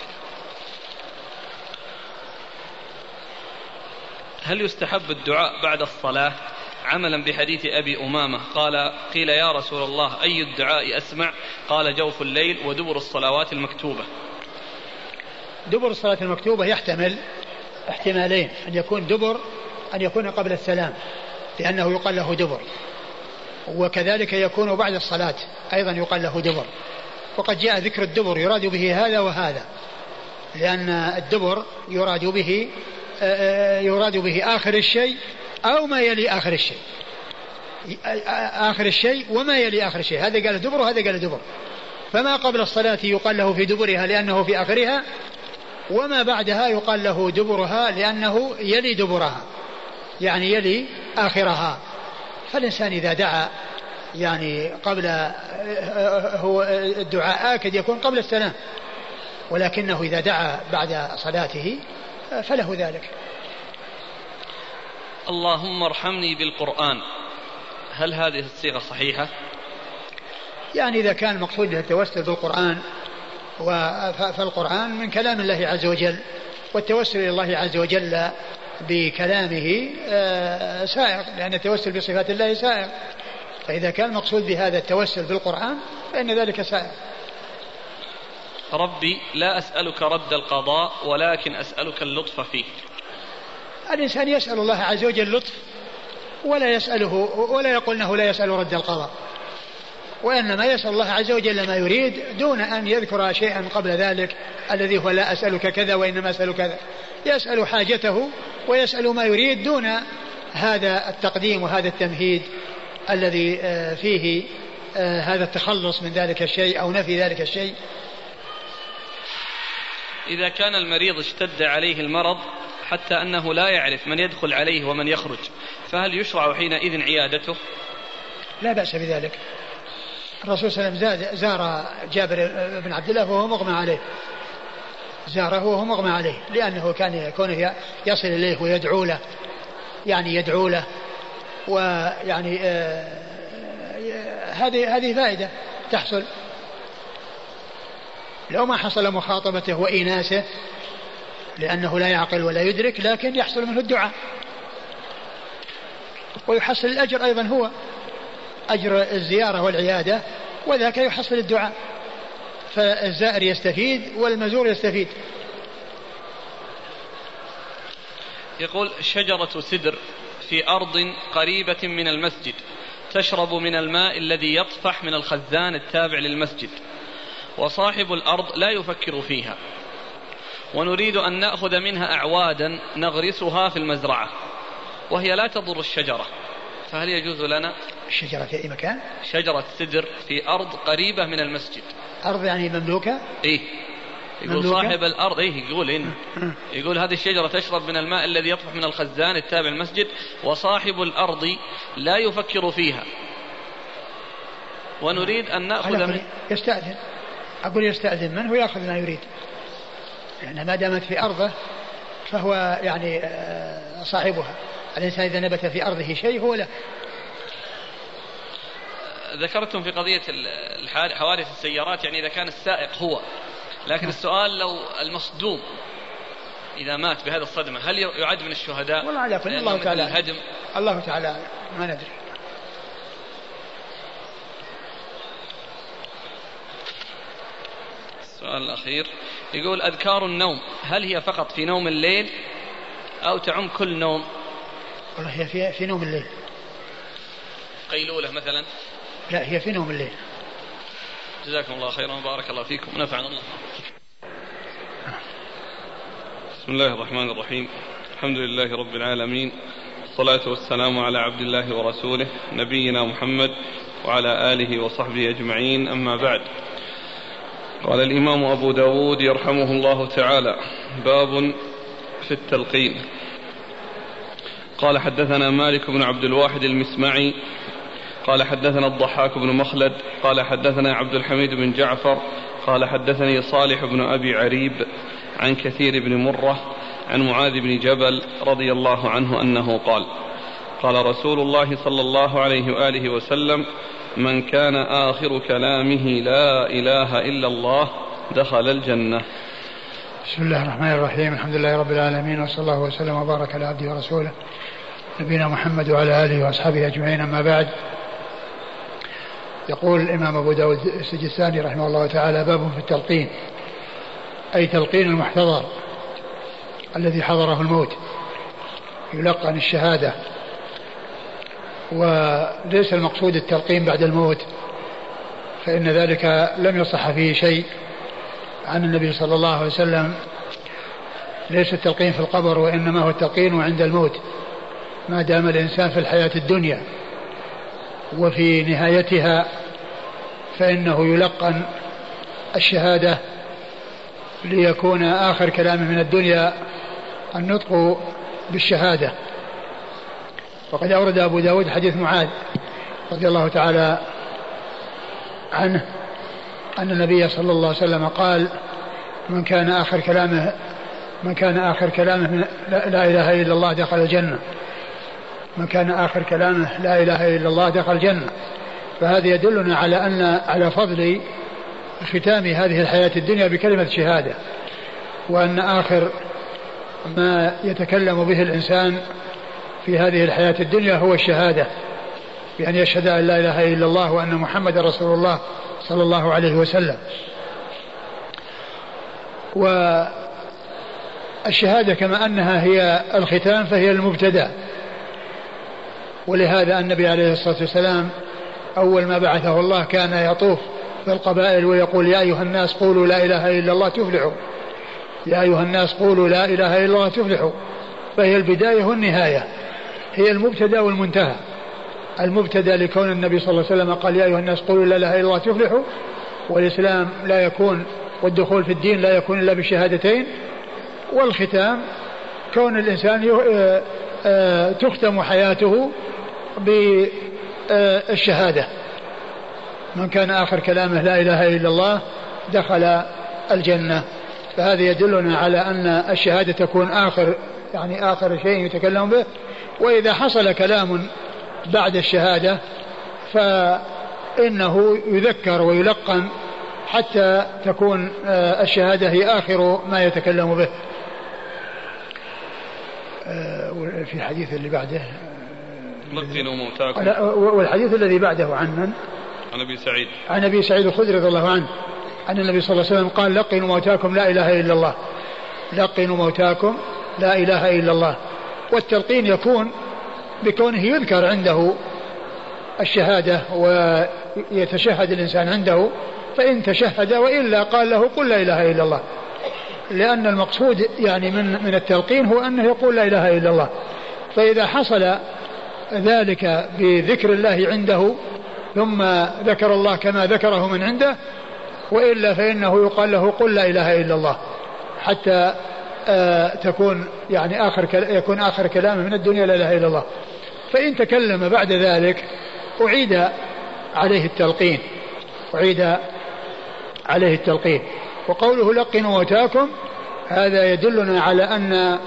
هل يستحب الدعاء بعد الصلاة عملا بحديث أبي أمامة قيل يا رسول الله أي الدعاء أسمع؟ قال جوف الليل ودبر الصلوات المكتوبة. دبر الصلاة المكتوبة يحتمل احتمالين: أن يكون دبر، أن يكون قبل السلام لأنه يقال له دبر، وكذلك يكون بعد الصلاة أيضا يقال له دبر. وقد جاء ذكر الدبر يراد به هذا وهذا، لأن الدبر يراد به آخر الشيء أو ما يلي آخر الشيء، آخر الشيء وما يلي آخر الشيء، هذا قال دبر وهذا قال دبر. فما قبل الصلاة يقال له في دبرها لأنه في آخرها، وما بعدها يقال له دبرها لأنه يلي دبرها، يعني يلي آخرها. فالإنسان إذا دعا يعني قبل، هو الدعاء آكد يكون قبل السلام، ولكنه إذا دعا بعد صلاته فله ذلك. اللهم ارحمني بالقرآن، هل هذه الصيغة صحيحة؟ يعني إذا كان مقصود به التوسل بالقرآن، فالقرآن من كلام الله عز وجل، والتوسل إلى الله عز وجل بكلامه سائغ، لأن التوسل بصفات الله سائغ، فإذا كان مقصود بهذا التوسل بالقرآن فإن ذلك سائغ. ربي لا أسألك رد القضاء ولكن أسألك اللطف فيه. الإنسان يسأل الله عز وجل لطف ولا يسأله، ولا يقول أنه لا يسأل رد القضاء، وإنما يسأل الله عز وجل ما يريد دون أن يذكر شيئا قبل ذلك الذي هو لا أسألك كذا وإنما أسأل كذا. يسأل حاجته ويسأل ما يريد دون هذا التقديم وهذا التمهيد الذي فيه هذا التخلص من ذلك الشيء أو نفي ذلك الشيء. إذا كان المريض اشتد عليه المرض حتى أنه لا يعرف من يدخل عليه ومن يخرج، فهل يشرع حينئذ عيادته؟ لا بأس بذلك. الرسول صلى الله عليه وسلم زار جابر بن عبد الله وهو مغمى عليه، زاره وهو مغمى عليه، لأنه كان يكون يصل إليه ويدعو له، يعني يدعو له، ويعني هذه فائدة تحصل. لو ما حصل مخاطبته وإناسه لأنه لا يعقل ولا يدرك، لكن يحصل منه الدعاء ويحصل الأجر أيضا، هو أجر الزيارة والعيادة، وذاك يحصل الدعاء، فالزائر يستفيد والمزور يستفيد. يقول: شجرة سدر في أرض قريبة من المسجد تشرب من الماء الذي يطفح من الخزان التابع للمسجد، وصاحب الأرض لا يفكر فيها، ونريد أن نأخذ منها أعوادا نغرسها في المزرعة وهي لا تضر الشجرة، فهل يجوز لنا؟ الشجرة في أي مكان؟ شجرة سدر في أرض قريبة من المسجد. أرض يعني مملوكة؟ إيه، يقول مملوكة؟ صاحب الأرض يقول هذه الشجرة تشرب من الماء الذي يطفح من الخزان التابع للمسجد، وصاحب الأرض لا يفكر فيها، ونريد أن نأخذ من... يستأذن، أقول يستأذن منه ويأخذ ما يريد، لأن ما دامت في أرضه فهو يعني صاحبها. الإنسان إذا نبت في أرضه شيء هو له. ذكرتم في قضية حوادث السيارات، يعني إذا كان السائق هو، لكن السؤال لو المصدوم إذا مات بهذا الصدمة هل يعد من الشهداء؟ والله على كل الله تعالى ما ندري. السؤال الأخير يقول: أذكار النوم هل هي فقط في نوم الليل أو تعم كل نوم؟ والله هي في نوم الليل. قيلولة مثلا؟ لا، هي في نوم الليل. جزاكم الله خيرا وبارك الله فيكم ونفعنا الله. بسم الله الرحمن الرحيم، الحمد لله رب العالمين، والصلاة والسلام على عبد الله ورسوله نبينا محمد وعلى آله وصحبه أجمعين، أما بعد. قال الإمام أبو داود يرحمه الله تعالى: باب في التلقين. قال حدثنا مالك بن عبد الواحد المسمعي قال حدثنا الضحاك بن مخلد قال حدثنا عبد الحميد بن جعفر قال حدثني صالح بن أبي عريب عن كثير بن مرة عن معاذ بن جبل رضي الله عنه أنه قال قال رسول الله صلى الله عليه وآله وسلم من كان آخر كلامه لا إله إلا الله دخل الجنة. بسم الله الرحمن الرحيم. الحمد لله رب العالمين، وصلى الله وسلم وبارك على عبده ورسوله نبينا محمد وعلى آله وأصحابه أجمعين. أما بعد، يقول الإمام أبو داود السجستاني رحمه الله تعالى: باب في التلقين، أي تلقين المحتضر الذي حضره الموت، يلقن الشهادة. وليس المقصود التلقين بعد الموت، فإن ذلك لم يصح فيه شيء عن النبي صلى الله عليه وسلم. ليس التلقين في القبر، وإنما هو التلقين عند الموت، ما دام الإنسان في الحياة الدنيا، وفي نهايتها فإنه يلقن الشهادة ليكون آخر كلامه من الدنيا النطق بالشهادة. وقد أورد أبو داود حديث معاذ رضي الله تعالى عنه أن النبي صلى الله عليه وسلم قال: من كان آخر كلامه لا إله إلا الله دخل الجنة. من كان آخر كلامه لا إله إلا الله دخل الجنة. فهذا يدلنا على فضل ختام هذه الحياة الدنيا بكلمة شهادة، وأن آخر ما يتكلم به الإنسان في هذه الحياة الدنيا هو الشهادة، بأن يشهد أن لا إله إلا الله وأن محمد رسول الله صلى الله عليه وسلم. والشهادة كما أنها هي الختام فهي المبتدأ، ولهذا النبي عليه الصلاة والسلام أول ما بعثه الله كان يطوف في القبائل ويقول: يا أيها الناس قولوا لا إله إلا الله تفلحوا، يا أيها الناس قولوا لا إله إلا الله تفلحوا. فهي البداية والنهاية، هي المبتدأ والمنتهى. المبتدأ لكون النبي صلى الله عليه وسلم قال: يا أيها الناس قولوا لا إله إلا الله تفلحوا، والإسلام لا يكون والدخول في الدين لا يكون إلا بالشهادتين. والختام كون الإنسان تختم حياته بالشهادة. من كان آخر كلامه لا إله إلا الله دخل الجنة. فهذا يدلنا على أن الشهادة تكون آخر شيء يتكلم به. وإذا حصل كلام بعد الشهادة فإنه يذكر ويلقن حتى تكون الشهادة هي آخر ما يتكلم به. في الحديث اللي بعده لقنوا موتاكم، والحديث الذي بعده عن من؟ عن أبي سعيد الخدري رضي الله عنه أن النبي صلى الله عليه وسلم قال: لقنوا موتاكم لا إله إلا الله، لقنوا موتاكم لا إله إلا الله. والتلقين يكون بكونه يذكر عنده الشهادة ويتشهد الإنسان عنده، فإن تشهد وإلا قال له: قل لا إله إلا الله. لأن المقصود يعني من التلقين هو أنه يقول لا إله إلا الله. فإذا حصل ذلك بذكر الله عنده ثم ذكر الله كما ذكره من عنده، وإلا فإنه يقال له: قل لا إله إلا الله، حتى تكون يكون آخر كلامه من الدنيا لا إله إلا الله. فإن تكلم بعد ذلك أعيد عليه التلقين. وقوله لقنوا موتاكم هذا يدلنا على أن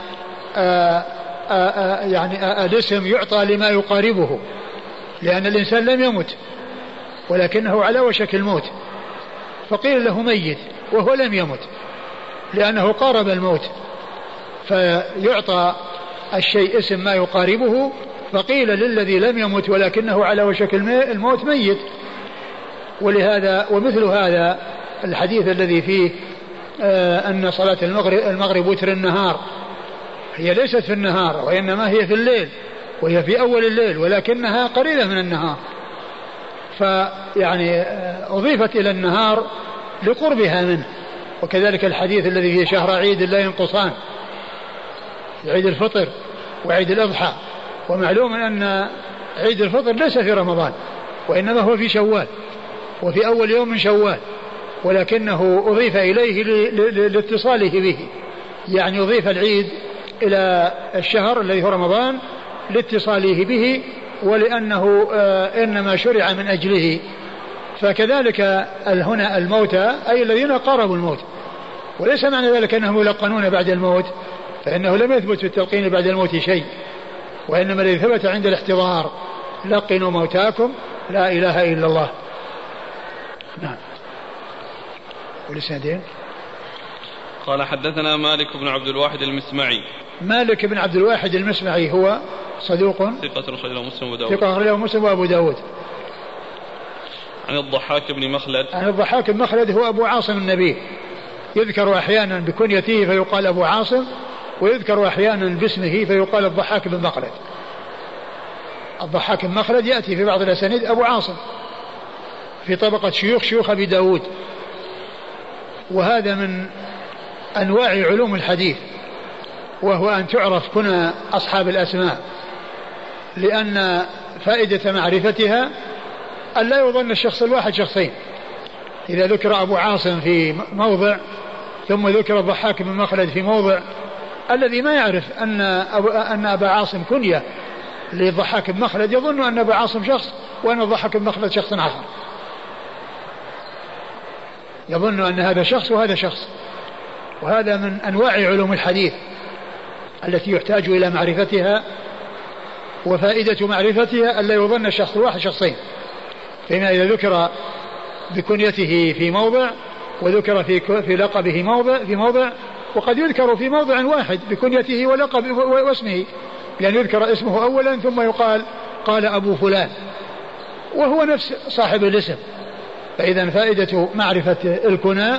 الاسم يعطى لما يقاربه، لأن الإنسان لم يمت ولكنه على وشك الموت، فقيل له ميت وهو لم يمت لأنه قارب الموت، فيعطى الشيء اسم ما يقاربه. فقيل للذي لم يمت ولكنه على وشك الموت ميت. ولهذا ومثل هذا الحديث الذي فيه أن صلاة المغرب وتر النهار، هي ليست في النهار وإنما هي في الليل، وهي في أول الليل ولكنها قريبة من النهار، فيعني أضيفت إلى النهار لقربها منه. وكذلك الحديث الذي فيه شهر عيد لا ينقصان، عيد الفطر وعيد الأضحى. ومعلوم أن عيد الفطر ليس في رمضان وإنما هو في شوال وفي أول يوم من شوال، ولكنه أضيف إليه لاتصاله به، يعني أضيف العيد إلى الشهر الذي هو رمضان لاتصاله به ولأنه إنما شرع من أجله. فكذلك هنا الموتى أي الذين قاربوا الموت، وليس معنى ذلك أنهم يلقنون بعد الموت، فإنه لم يثبت في التلقين بعد الموت شيء، وإنما الذي ثبت عند الاحتضار لقنوا موتاكم لا إله إلا الله. نعم. والإسنادين. قال حدثنا مالك بن عبد الواحد المسمعي. مالك بن عبد الواحد المسمعي هو صدوق ثقة أخرجه مسلم وأبو داود. ثقة أخرجه مسلم وأبو داود. عن الضحاك بن مخلد. عن الضحاك بن مخلد هو أبو عاصم النبي، يذكر أحيانا بكنيته فيقال أبو عاصم، ويذكر أحيانا باسمه فيقال الضحاك بن مخلد. الضحاك بن مخلد يأتي في بعض الأسانيد أبو عاصم في طبقة شيوخ أبي داود. وهذا من أنواع علوم الحديث، وهو أن تعرف كنى أصحاب الأسماء، لأن فائدة معرفتها أن لا يظن الشخص الواحد شخصين. إذا ذكر أبو عاصم في موضع ثم ذكر الضحاك بن مخلد في موضع، الذي ما يعرف أن أبا عاصم كنية للضحاك بن مخلد يظن أن أبا عاصم شخص وأن الضحاك بن مخلد شخص آخر، يظن أن هذا شخص وهذا شخص. وهذا من أنواع علوم الحديث التي يحتاج إلى معرفتها، وفائدة معرفتها ألا يظن الشخص الواحد شخصين. فإن إذا ذكر بكنيته في موضع وذكر في لقبه في موضع وقد يذكر في موضع واحد بكنيته ولقب واسمه، يعني يذكر اسمه أولا ثم يقال قال أبو فلان وهو نفس صاحب الاسم. فإذا فائدة معرفة الكنى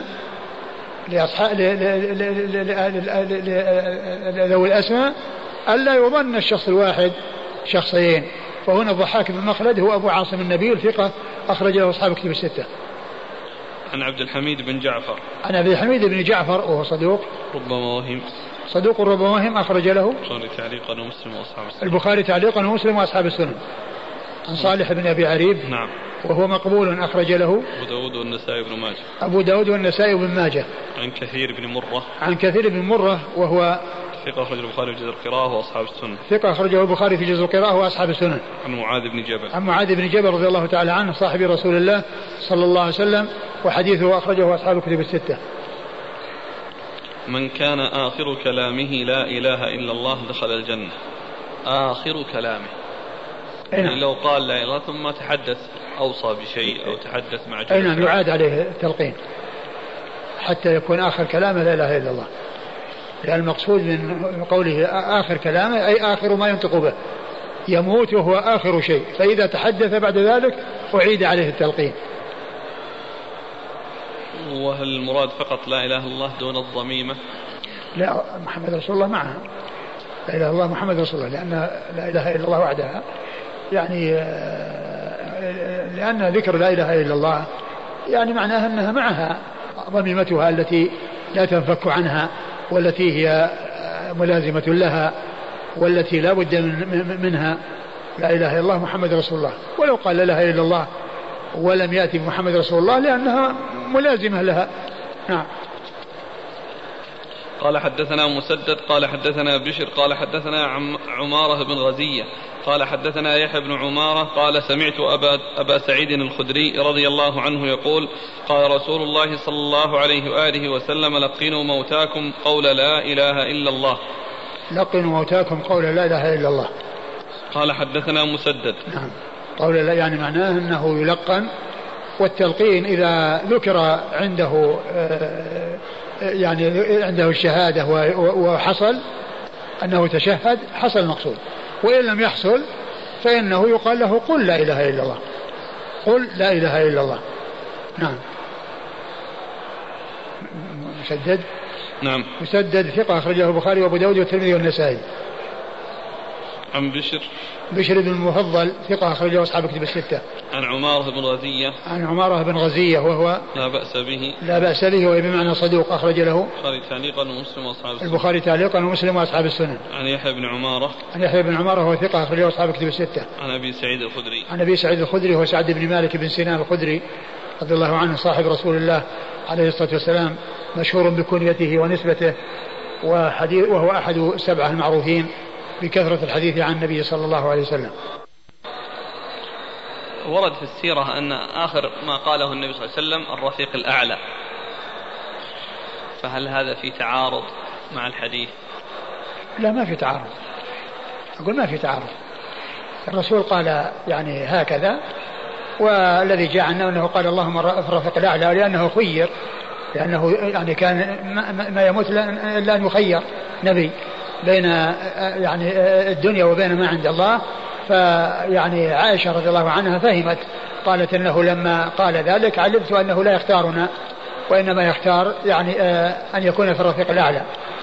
ذوي الأسماء ألا يظن الشخص الواحد شخصين. فهنا الضحاك بن مخلد هو أبو عاصم النبي الثقة أخرج له أصحاب كتب الستة. عن عبد الحميد بن جعفر. عن عبد الحميد بن جعفر وهو صدوق ربما وهم. صدوق ربما وهم أخرج له البخاري تعليقا ومسلم وأصحاب السنن. البخاري تعليقا ومسلم وأصحاب السنن. عن صالح بن أبي عريب. نعم. وهو مقبول أخرج له أبو داود والنسائي بن ماجه. أبو داود والنسائي بن ماجه. عن كثير بن مرة. عن كثير بن مرة وهو ثقة أخرجه البخاري في جزء القراءة وأصحاب السنن. ثقة أخرجه البخاري في جزء القراءة وأصحاب السنن. عن معاذ بن جبل. عن معاذ بن جبل رضي الله تعالى عنه صاحب رسول الله صلى الله عليه وسلم، وحديثه أخرجه أصحاب الكتب الستة. من كان آخر كلامه لا إله إلا الله دخل الجنة. آخر كلامه يعني لو قال لا إله ثم تحدث أوصى بشيء أو تحدث مع جنة نعم يعاد عليه التلقين حتى يكون آخر كلامه لا إله إلا الله، لأن المقصود من قوله آخر كلامه أي آخر ما ينطق به، يموت وهو آخر شيء، فإذا تحدث بعد ذلك أعيد عليه التلقين. وهل المراد فقط لا إله إلا الله دون الضميمة؟ لا، محمد رسول الله معها، لا إله إلا الله محمد رسول الله، لأن لا إله إلا الله وحدها يعني لأن ذكر لا إله إلا الله يعني معناها أنها معها ضميمتها التي لا تنفك عنها، والتي هي ملازمة لها، والتي لا بد منها. لا إله إلا الله محمد رسول الله، ولو قال لا إله إلا الله ولم يأتي محمد رسول الله لأنها ملازمة لها. نعم. قال حدثنا مسدد قال حدثنا بشر قال حدثنا عمارة بن غزية قال حدثنا يحيى بن عمارة قال سمعت أبا سعيد الخدري رضي الله عنه يقول قال رسول الله صلى الله عليه وآله وسلم لقنوا موتاكم قول لا إله إلا الله. لقنوا موتاكم قول لا إله إلا الله. قال حدثنا مسدد. نعم. قول لا يعني معناه أنه يلقن، والتلقين إذا ذكر عنده يعني عنده الشهادة وحصل أنه تشهد حصل المقصود، وإن لم يحصل فإنه يقال له قل لا إله إلا الله، قل لا إله إلا الله. نعم. مسدد. نعم. مسدد ثقة أخرجه البخاري وأبو داود والترمذي والنسائي. عن بشر بن المفضل ثقة أخرجه أصحاب كتب الستة. عن عمارة بن غزية. عن عمارة بن غزية وهو لا بأس به. لا بأس به وهو بمعنى صدوق أخرج له البخاري تعليقا ومسلم وأصحاب السنن. البخاري تعليقا ومسلم وأصحاب السنن. عن يحيى بن عمارة. عن يحيى بن عمارة وهو ثقة أخرجه أصحاب كتب الستة. عن أبي سعيد الخدري. عن أبي سعيد الخدري هو سعد بن مالك بن سنان الخدري رضي الله عنه صاحب رسول الله عليه الصلاة والسلام، مشهور بكنيته ونسبته، وهو أحد السبعة المعروفين بكثرة الحديث عن النبي صلى الله عليه وسلم. ورد في السيرة أن آخر ما قاله النبي صلى الله عليه وسلم الرفيق الأعلى، فهل هذا في تعارض مع الحديث؟ لا، ما في تعارض، أقول ما في تعارض. الرسول قال يعني هكذا، والذي جاء عنه أنه قال اللهم الرفيق الأعلى، لأنه خير، لأنه يعني كان ما يموت إلا أن يخير نبي بين يعني الدنيا وبين ما عند الله. فيعني عائشة رضي الله عنها فهمت، قالت إنه لما قال ذلك علمت أنه لا يختارنا، وإنما يختار يعني أن يكون في الرفيق الأعلى.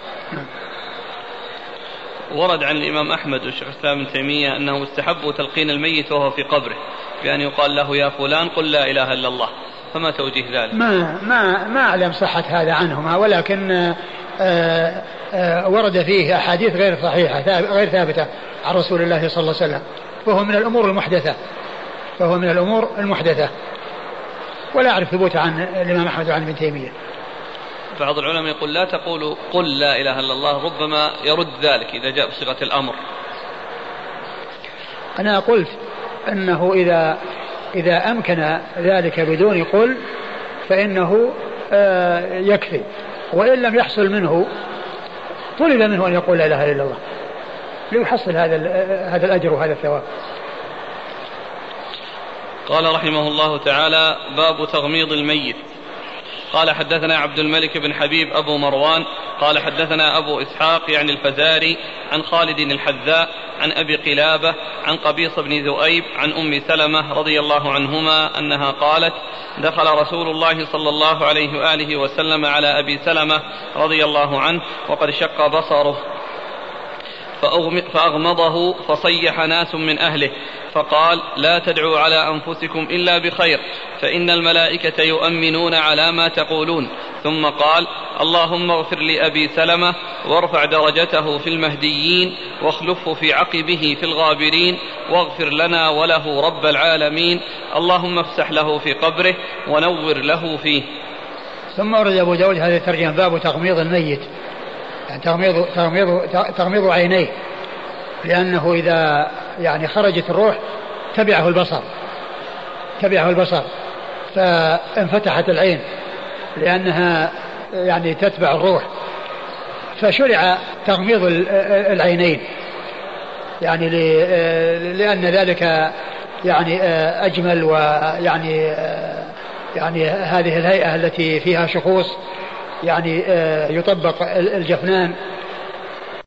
ورد عن الإمام أحمد والشيخ الإسلام ابن تيمية أنه استحب تلقين الميت وهو في قبره بأن يقال له يا فلان قل لا إله إلا الله، فما توجيه ذلك؟ ما أعلم صحة هذا عنهما، ولكن ورد فيه أحاديث غير صحيحة غير ثابتة عن رسول الله صلى الله عليه وسلم، فهو من الأمور المحدثة، ولا أعرف ثبوت عن الإمام أحمد وعن ابن تيمية. بعض العلماء يقول لا تقولوا قل لا إله إلا الله، ربما يرد ذلك إذا جاء بصيغة الأمر. أنا قلت أنه إذا أمكن ذلك بدون قل فإنه يكفي، وإن لم يحصل منه طلب منه أن يقول لا إله إلا الله ليحصل هذا الأجر وهذا الثواب. قال رحمه الله تعالى: باب تغميض الميت. قال حدثنا عبد الملك بن حبيب أبو مروان قال حدثنا أبو إسحاق يعني الفزاري عن خالد الحذاء عن أبي قلابة عن قبيص بن ذؤيب عن أم سلمة رضي الله عنهما أنها قالت: دخل رسول الله صلى الله عليه وآله وسلم على أبي سلمة رضي الله عنه وقد شق بصره فأغمضه، فصيح ناس من أهله فقال: لا تدعوا على أنفسكم إلا بخير، فإن الملائكة يؤمنون على ما تقولون. ثم قال: اللهم اغفر لأبي سلمة وارفع درجته في المهديين واخلفه في عقبه في الغابرين، واغفر لنا وله رب العالمين، اللهم افسح له في قبره ونور له فيه. ثم ورد أبو داود هذه الترجمة: باب تغميض الميت، يعني تغميض عينيه، لأنه إذا يعني خرجت الروح تبعه البصر فانفتحت العين لأنها يعني تتبع الروح، فشرع تغميض العينين، يعني لأن ذلك يعني أجمل، ويعني هذه الهيئة التي فيها شخوص يعني يطبق الجفنان